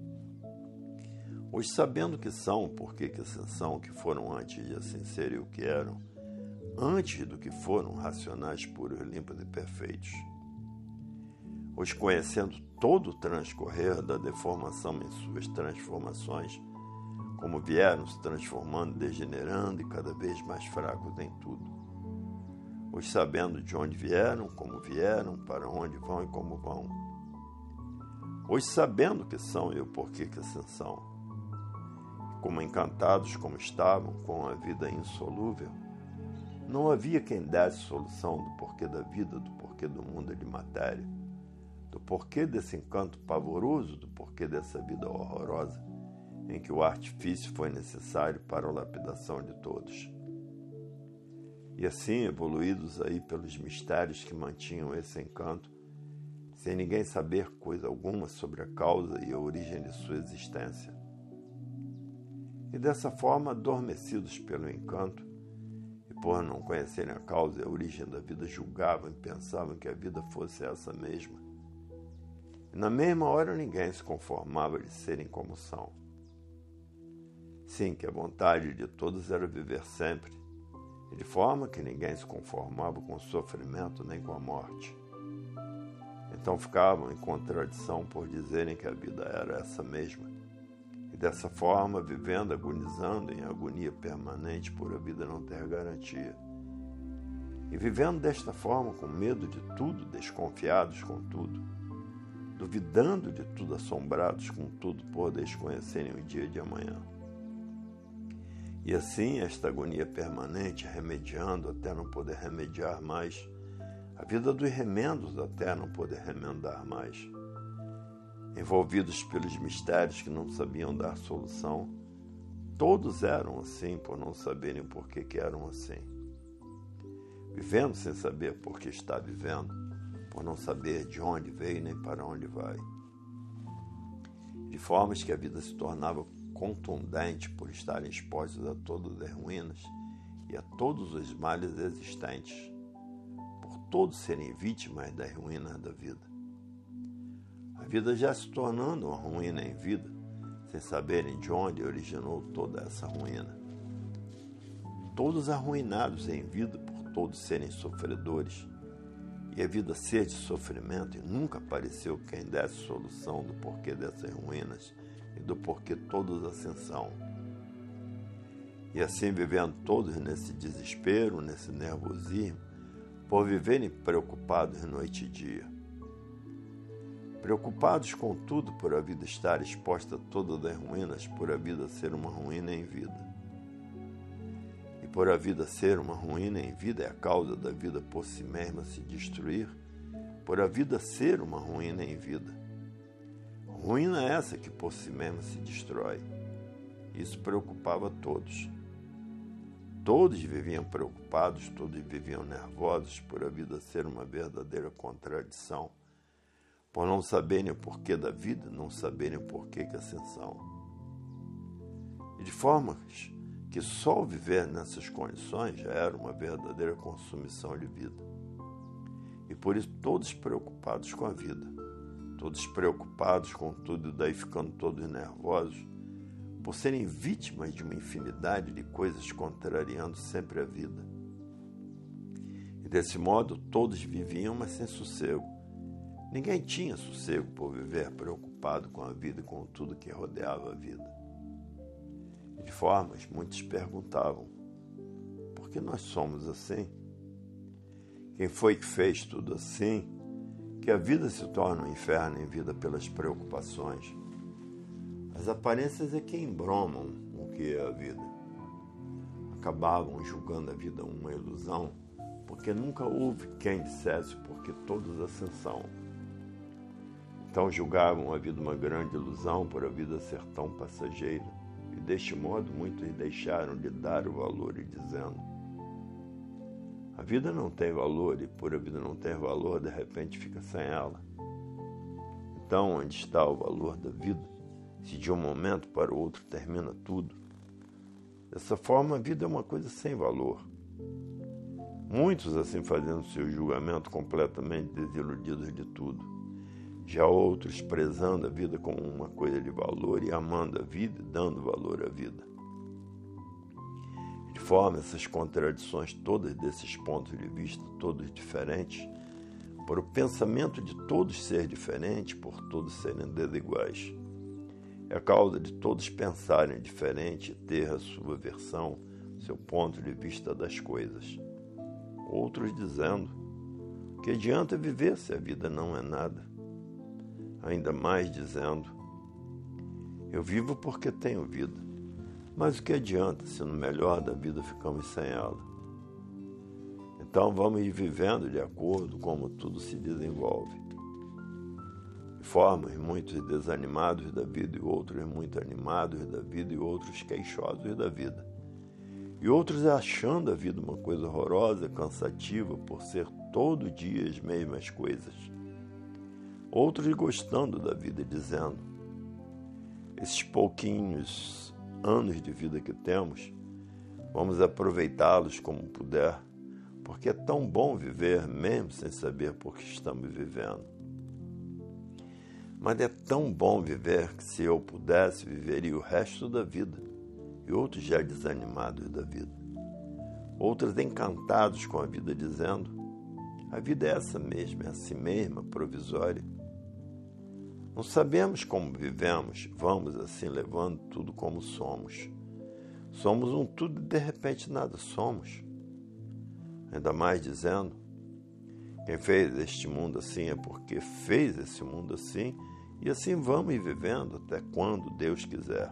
Hoje, sabendo que são, porquê que assim são, que foram antes de assim serem o que eram, antes do que foram racionais, puros, limpos e perfeitos. Hoje, conhecendo todo o transcorrer da deformação em suas transformações, como vieram se transformando, degenerando e cada vez mais fracos em tudo. Hoje, sabendo de onde vieram, para onde vão e como vão. Hoje, sabendo que são e o porquê que assim são. Como encantados como estavam, com a vida insolúvel, não havia quem desse solução do porquê da vida, do porquê do mundo de matéria, do porquê desse encanto pavoroso, do porquê dessa vida horrorosa, em que o artifício foi necessário para a lapidação de todos. E assim, evoluídos aí pelos mistérios que mantinham esse encanto, sem ninguém saber coisa alguma sobre a causa e a origem de sua existência. E dessa forma, adormecidos pelo encanto, e por não conhecerem a causa e a origem da vida, julgavam e pensavam que a vida fosse essa mesma. E na mesma hora ninguém se conformava de serem como são. Sim, que a vontade de todos era viver sempre, e de forma que ninguém se conformava com o sofrimento nem com a morte. Então ficavam em contradição por dizerem que a vida era essa mesma, e dessa forma vivendo, agonizando em agonia permanente por a vida não ter garantia. E vivendo desta forma com medo de tudo, desconfiados com tudo, duvidando de tudo, assombrados com tudo por desconhecerem o dia de amanhã. E assim, esta agonia permanente, remediando até não poder remediar mais, a vida dos remendos até não poder remendar mais. Envolvidos pelos mistérios que não sabiam dar solução, todos eram assim por não saberem por que eram assim. Vivendo sem saber por que está vivendo, por não saber de onde veio nem para onde vai. De formas que a vida se tornava contundente por estarem expostos a todas as ruínas e a todos os males existentes, por todos serem vítimas das ruínas da vida. A vida já se tornando uma ruína em vida, sem saberem de onde originou toda essa ruína. Todos arruinados em vida por todos serem sofredores, e a vida ser de sofrimento, e nunca apareceu quem desse solução do porquê dessas ruínas e do porquê todos ascensão. E assim vivendo todos nesse desespero, nesse nervosismo, por viverem preocupados noite e dia. Preocupados com tudo por a vida estar exposta a todas as ruínas, por a vida ser uma ruína em vida. E por a vida ser uma ruína em vida é a causa da vida por si mesma se destruir, por a vida ser uma ruína em vida. Ruína é essa que por si mesma se destrói. Isso preocupava todos. Todos viviam preocupados, todos viviam nervosos por a vida ser uma verdadeira contradição, por não saberem o porquê da vida, não saberem o porquê que ascensão. E de forma que só o viver nessas condições já era uma verdadeira consumição de vida. E por isso todos preocupados com a vida, todos preocupados com tudo e daí ficando todos nervosos, por serem vítimas de uma infinidade de coisas contrariando sempre a vida. E desse modo todos viviam, mas sem sossego. Ninguém tinha sossego por viver preocupado com a vida e com tudo que rodeava a vida. De formas, muitos perguntavam, por que nós somos assim? Quem foi que fez tudo assim? Que a vida se torna um inferno em vida pelas preocupações. As aparências é que embromam o que é a vida. Acabavam julgando a vida uma ilusão, porque nunca houve quem dissesse porque todos ascensão. Então julgavam a vida uma grande ilusão por a vida ser tão passageira, e deste modo muitos deixaram de dar o valor e dizendo: a vida não tem valor, e por a vida não ter valor, de repente fica sem ela. Então, onde está o valor da vida, se de um momento para o outro termina tudo? Dessa forma, a vida é uma coisa sem valor. Muitos assim fazendo seu julgamento completamente desiludidos de tudo. Já outros prezando a vida como uma coisa de valor e amando a vida e dando valor à vida. De forma essas contradições todas desses pontos de vista, todos diferentes, por o pensamento de todos ser diferente, por todos serem desiguais. É a causa de todos pensarem diferente e ter a sua versão, seu ponto de vista das coisas. Outros dizendo, que adianta viver se a vida não é nada? Ainda mais dizendo, eu vivo porque tenho vida, mas o que adianta se no melhor da vida ficamos sem ela? Então vamos ir vivendo de acordo com como tudo se desenvolve. De formas muitos desanimados da vida e outros muito animados da vida e outros queixosos da vida. E outros achando a vida uma coisa horrorosa, cansativa, por ser todo dia as mesmas coisas. Outros gostando da vida, dizendo, esses pouquinhos anos de vida que temos, vamos aproveitá-los como puder, porque é tão bom viver mesmo sem saber por que estamos vivendo. Mas é tão bom viver que se eu pudesse, viveria o resto da vida, e outros já desanimados da vida. Outros encantados com a vida, dizendo, a vida é essa mesma, é assim mesma, provisória. Não sabemos como vivemos, vamos assim levando tudo como somos. Somos um tudo e de repente nada somos. Ainda mais dizendo, quem fez este mundo assim é porque fez esse mundo assim, e assim vamos ir vivendo até quando Deus quiser.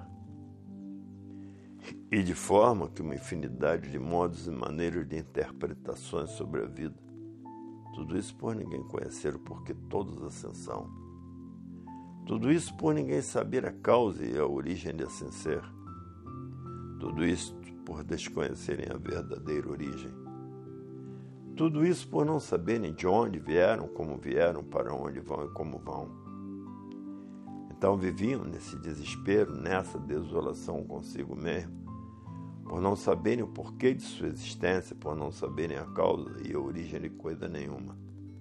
E de forma que uma infinidade de modos e maneiras de interpretações sobre a vida. Tudo isso por ninguém conhecer o porquê todos assim são. Tudo isso por ninguém saber a causa e a origem de assim ser. Tudo isso por desconhecerem a verdadeira origem. Tudo isso por não saberem de onde vieram, para onde vão e como vão. Então viviam nesse desespero, nessa desolação consigo mesmo, por não saberem o porquê de sua existência, por não saberem a causa e a origem de coisa nenhuma.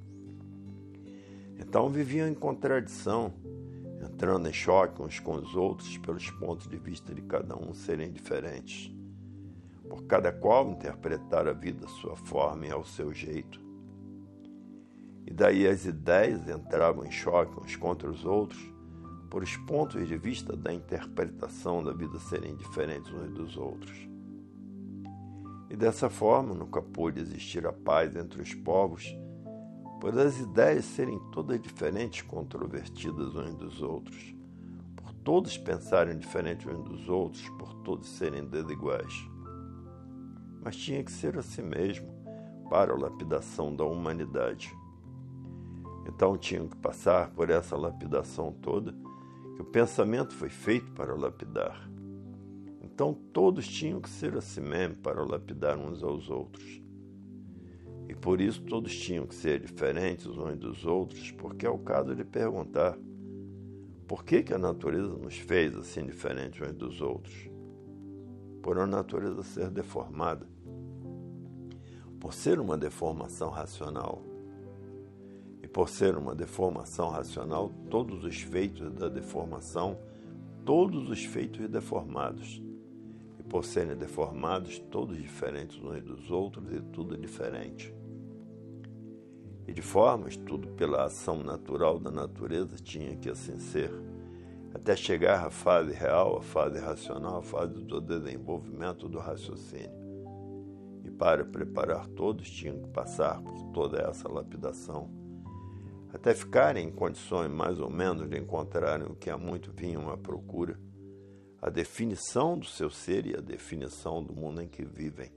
Então viviam em contradição, entrando em choque uns com os outros pelos pontos de vista de cada um serem diferentes, por cada qual interpretar a vida à sua forma e ao seu jeito. E daí as ideias entravam em choque uns contra os outros, por os pontos de vista da interpretação da vida serem diferentes uns dos outros. E dessa forma nunca pôde existir a paz entre os povos, por as ideias serem todas diferentes, controvertidas uns dos outros, por todos pensarem diferente uns dos outros, por todos serem desiguais. Mas tinha que ser assim mesmo, para a lapidação da humanidade. Então tinham que passar por essa lapidação toda, que o pensamento foi feito para lapidar. Então todos tinham que ser assim mesmo, para lapidar uns aos outros. E por isso todos tinham que ser diferentes uns dos outros, porque é o caso de perguntar: por que a natureza nos fez assim diferentes uns dos outros? Por a natureza ser deformada, por ser uma deformação racional. E por ser uma deformação racional, todos os feitos da deformação, todos os feitos deformados. E por serem deformados, todos diferentes uns dos outros e tudo diferente. E de formas, tudo pela ação natural da natureza tinha que assim ser, até chegar à fase real, à fase racional, à fase do desenvolvimento do raciocínio. E para preparar todos, tinham que passar por toda essa lapidação, até ficarem em condições mais ou menos de encontrarem o que há muito vinham à procura, a definição do seu ser e a definição do mundo em que vivem.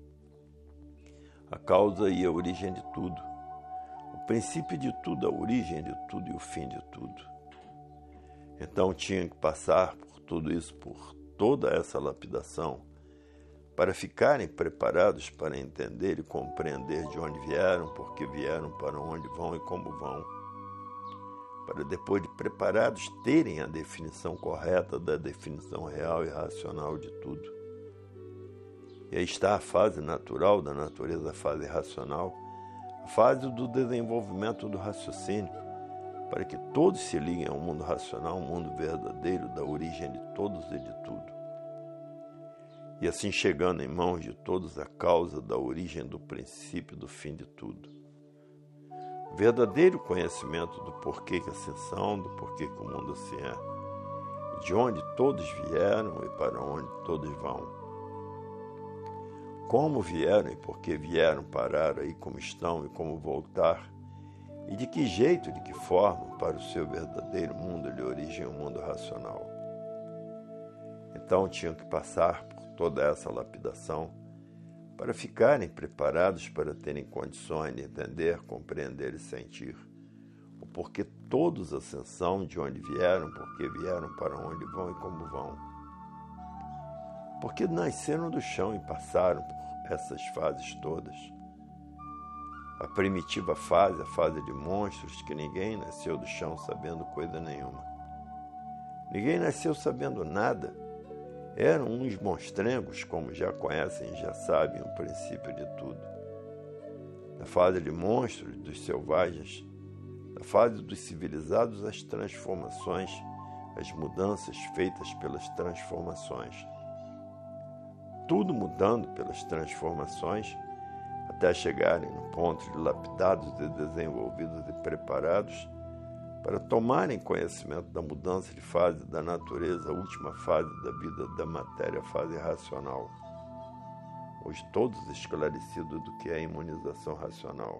A causa e a origem de tudo, o princípio de tudo, a origem de tudo e o fim de tudo. Então tinham que passar por tudo isso, por toda essa lapidação, para ficarem preparados para entender e compreender de onde vieram, por que vieram, para onde vão e como vão. Para depois de preparados terem a definição correta da definição real e racional de tudo. E aí está a fase natural da natureza, a fase racional, a fase do desenvolvimento do raciocínio, para que todos se liguem ao mundo racional, um mundo verdadeiro, da origem de todos e de tudo. E assim chegando em mãos de todos a causa da origem do princípio do fim de tudo. O verdadeiro conhecimento do porquê que assim são, do porquê que o mundo assim é, e de onde todos vieram e para onde todos vão. Como vieram e por que vieram parar aí como estão e como voltar, e de que jeito e de que forma para o seu verdadeiro mundo de origem, o mundo racional. Então tinham que passar por toda essa lapidação para ficarem preparados para terem condições de entender, compreender e sentir o porquê todos assim são, de onde vieram, por que vieram, para onde vão e como vão. Porque nasceram do chão e passaram por essas fases todas. A primitiva fase, a fase de monstros, que ninguém nasceu do chão sabendo coisa nenhuma. Ninguém nasceu sabendo nada. Eram uns monstrengos, como já conhecem e já sabem o princípio de tudo. Da fase de monstros, dos selvagens, da fase dos civilizados, as transformações, as mudanças feitas pelas transformações. Tudo mudando pelas transformações, até chegarem no ponto de lapidados e desenvolvidos e preparados para tomarem conhecimento da mudança de fase da natureza, a última fase da vida da matéria, a fase racional. Hoje todos esclarecidos do que é a imunização racional.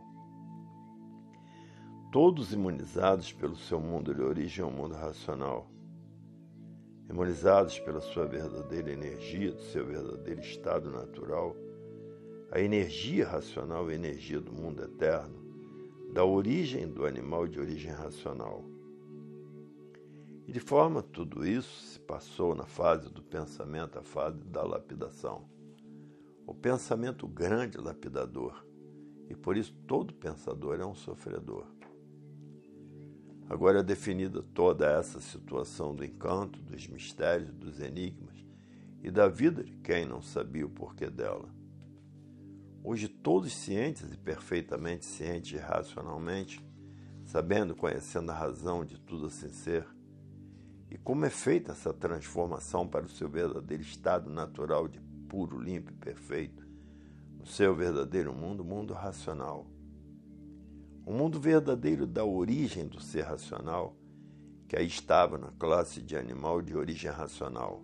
Todos imunizados pelo seu mundo de origem, o mundo racional. Imunizados pela sua verdadeira energia, do seu verdadeiro estado natural, a energia racional, a energia do mundo eterno, da origem do animal de origem racional. E de forma tudo isso se passou na fase do pensamento, a fase da lapidação. O pensamento grande lapidador, e por isso todo pensador é um sofredor. Agora é definida toda essa situação do encanto, dos mistérios, dos enigmas e da vida de quem não sabia o porquê dela. Hoje todos cientes e perfeitamente cientes racionalmente, sabendo, conhecendo a razão de tudo assim ser, e como é feita essa transformação para o seu verdadeiro estado natural de puro, limpo e perfeito, no seu verdadeiro mundo, mundo racional. O mundo verdadeiro da origem do ser racional, que aí estava na classe de animal de origem racional.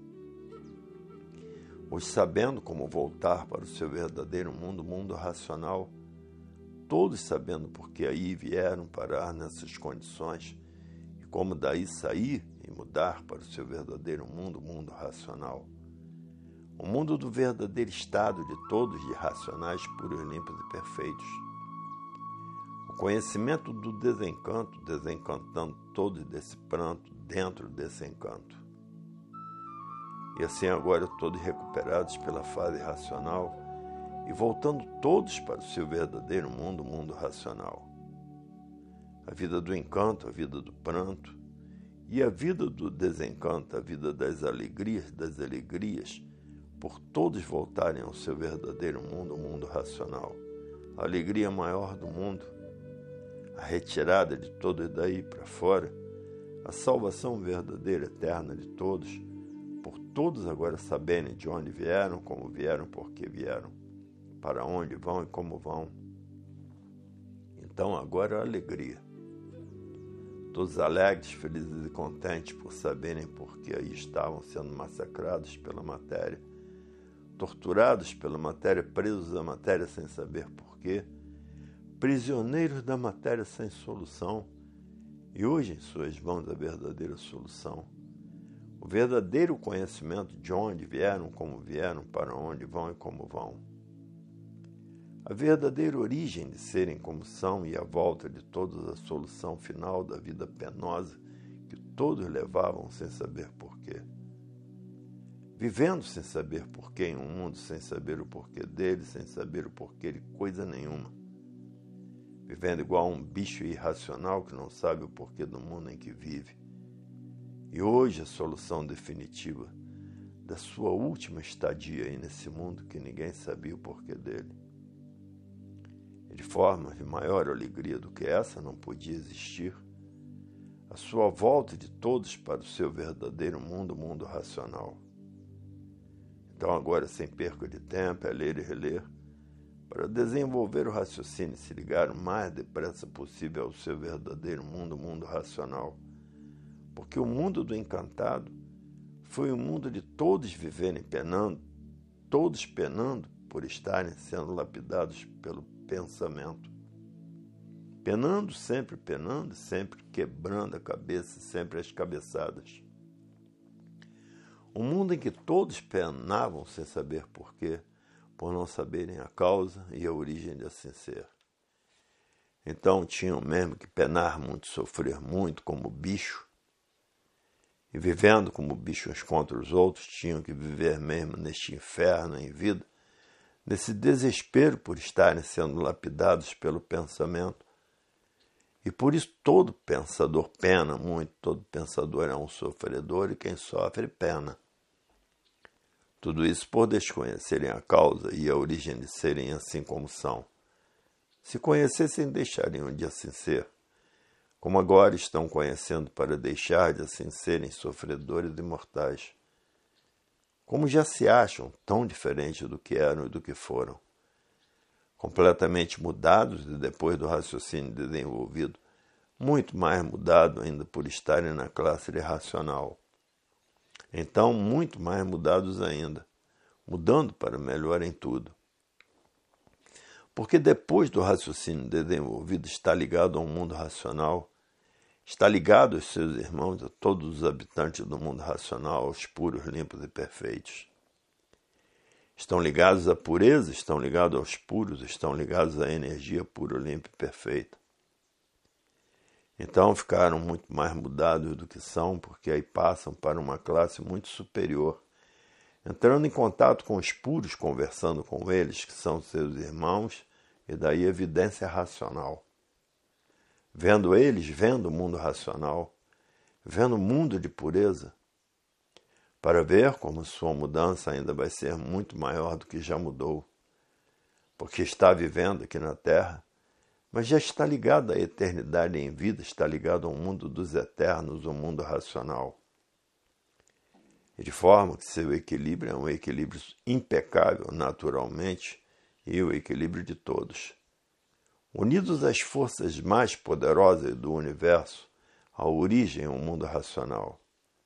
Hoje, sabendo como voltar para o seu verdadeiro mundo, mundo racional, todos sabendo por que aí vieram parar nessas condições e como daí sair e mudar para o seu verdadeiro mundo, mundo racional. O mundo do verdadeiro estado de todos de racionais, puros, limpos e perfeitos. O conhecimento do desencanto, desencantando todos desse pranto dentro desse encanto. E assim agora todos recuperados pela fase racional e voltando todos para o seu verdadeiro mundo, mundo racional. A vida do encanto, a vida do pranto e a vida do desencanto, a vida das alegrias, por todos voltarem ao seu verdadeiro mundo, mundo racional. A alegria maior do mundo, a retirada de todos daí para fora, a salvação verdadeira, eterna de todos, por todos agora saberem de onde vieram, como vieram, por que vieram, para onde vão e como vão. Então agora a alegria. Todos alegres, felizes e contentes por saberem por que aí estavam sendo massacrados pela matéria, torturados pela matéria, presos à matéria sem saber por quê, prisioneiros da matéria sem solução, e hoje em suas mãos a verdadeira solução. O verdadeiro conhecimento de onde vieram, como vieram, para onde vão e como vão. A verdadeira origem de serem como são e a volta de todos a solução final da vida penosa que todos levavam sem saber porquê. Vivendo sem saber porquê em um mundo, sem saber o porquê dele, sem saber o porquê de coisa nenhuma. Vivendo igual a um bicho irracional que não sabe o porquê do mundo em que vive. E hoje a solução definitiva da sua última estadia aí nesse mundo que ninguém sabia o porquê dele. E de forma de maior alegria do que essa não podia existir, a sua volta de todos para o seu verdadeiro mundo, mundo racional. Então agora, sem perca de tempo, é ler e reler, para desenvolver o raciocínio e se ligar o mais depressa possível ao seu verdadeiro mundo, mundo racional. Porque o mundo do encantado foi o mundo de todos viverem penando, todos penando por estarem sendo lapidados pelo pensamento. Penando, sempre quebrando a cabeça, sempre as cabeçadas. Um mundo em que todos penavam sem saber porquê, por não saberem a causa e a origem de assim ser. Então tinham mesmo que penar muito, sofrer muito como bicho, e vivendo como bichos contra os outros, tinham que viver mesmo neste inferno em vida, nesse desespero por estarem sendo lapidados pelo pensamento. E por isso todo pensador pena muito, todo pensador é um sofredor e quem sofre pena. Tudo isso por desconhecerem a causa e a origem de serem assim como são. Se conhecessem, deixariam de assim ser, como agora estão conhecendo para deixar de assim serem sofredores e mortais. Como já se acham tão diferentes do que eram e do que foram. Completamente mudados e depois do raciocínio desenvolvido, muito mais mudado ainda por estarem na classe irracional. Então, muito mais mudados ainda, mudando para melhor em tudo. Porque depois do raciocínio desenvolvido está ligado ao mundo racional, está ligado aos seus irmãos, a todos os habitantes do mundo racional, aos puros, limpos e perfeitos. Estão ligados à pureza, estão ligados aos puros, estão ligados à energia pura, limpa e perfeita. Então ficaram muito mais mudados do que são, porque aí passam para uma classe muito superior, entrando em contato com os puros, conversando com eles, que são seus irmãos, e daí evidência racional. Vendo eles, vendo o mundo racional, vendo o mundo de pureza, para ver como sua mudança ainda vai ser muito maior do que já mudou, porque está vivendo aqui na Terra, mas já está ligado à eternidade em vida, está ligado ao mundo dos eternos, ao mundo racional. E de forma que seu equilíbrio é um equilíbrio impecável naturalmente e o equilíbrio de todos. Unidos às forças mais poderosas do universo, a origem é um mundo racional.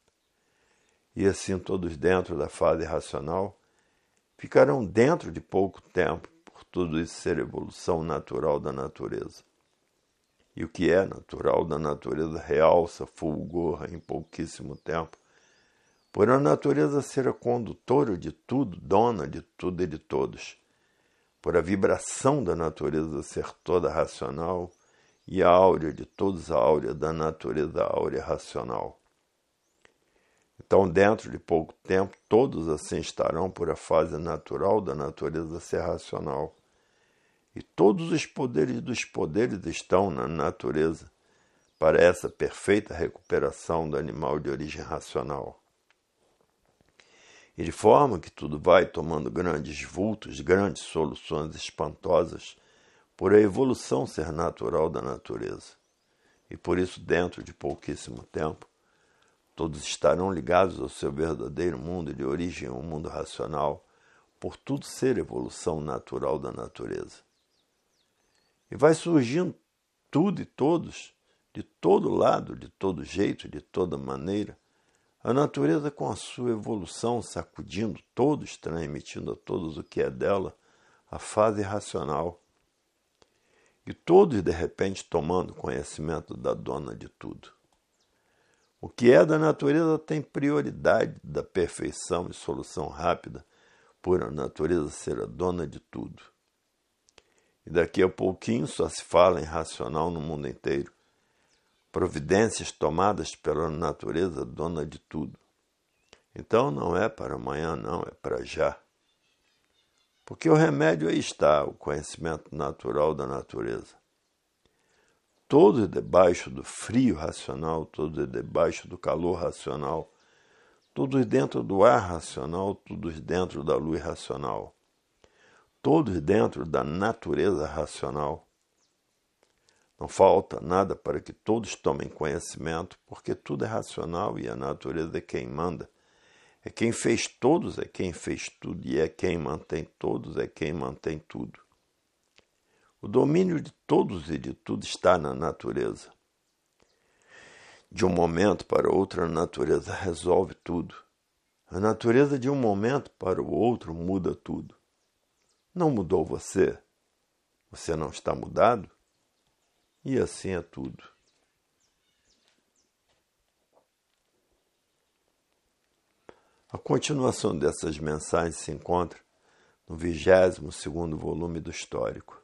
E assim todos dentro da fase racional ficarão dentro de pouco tempo, por tudo isso ser evolução natural da natureza. E o que é natural da natureza realça, fulgora em pouquíssimo tempo, por a natureza ser a condutora de tudo, dona de tudo e de todos, por a vibração da natureza ser toda racional e a áurea de todos a áurea da natureza áurea racional. Então, dentro de pouco tempo, todos assim estarão por a fase natural da natureza ser racional. E todos os poderes dos poderes estão na natureza para essa perfeita recuperação do animal de origem racional. E de forma que tudo vai tomando grandes vultos, grandes soluções espantosas, por a evolução ser natural da natureza. E por isso, dentro de pouquíssimo tempo, todos estarão ligados ao seu verdadeiro mundo de origem, ao mundo racional, por tudo ser evolução natural da natureza. E vai surgindo tudo e todos, de todo lado, de todo jeito, de toda maneira, a natureza com a sua evolução sacudindo todos, transmitindo a todos o que é dela, a fase racional. E todos, de repente, tomando conhecimento da dona de tudo. O que é da natureza tem prioridade da perfeição e solução rápida, por a natureza ser a dona de tudo. E daqui a pouquinho só se fala em racional no mundo inteiro. Providências tomadas pela natureza dona de tudo. Então não é para amanhã, não, é para já. Porque o remédio aí está, o conhecimento natural da natureza. Todos debaixo do frio racional, todos debaixo do calor racional, todos dentro do ar racional, todos dentro da luz racional, todos dentro da natureza racional. Não falta nada para que todos tomem conhecimento, porque tudo é racional e a natureza é quem manda. É quem fez todos, é quem fez tudo, e é quem mantém todos, é quem mantém tudo. O domínio de todos e de tudo está na natureza. De um momento para outro, a natureza resolve tudo. A natureza, de um momento para o outro, muda tudo. Não mudou você? Você não está mudado? E assim é tudo. A continuação dessas mensagens se encontra no 22º volume do Histórico.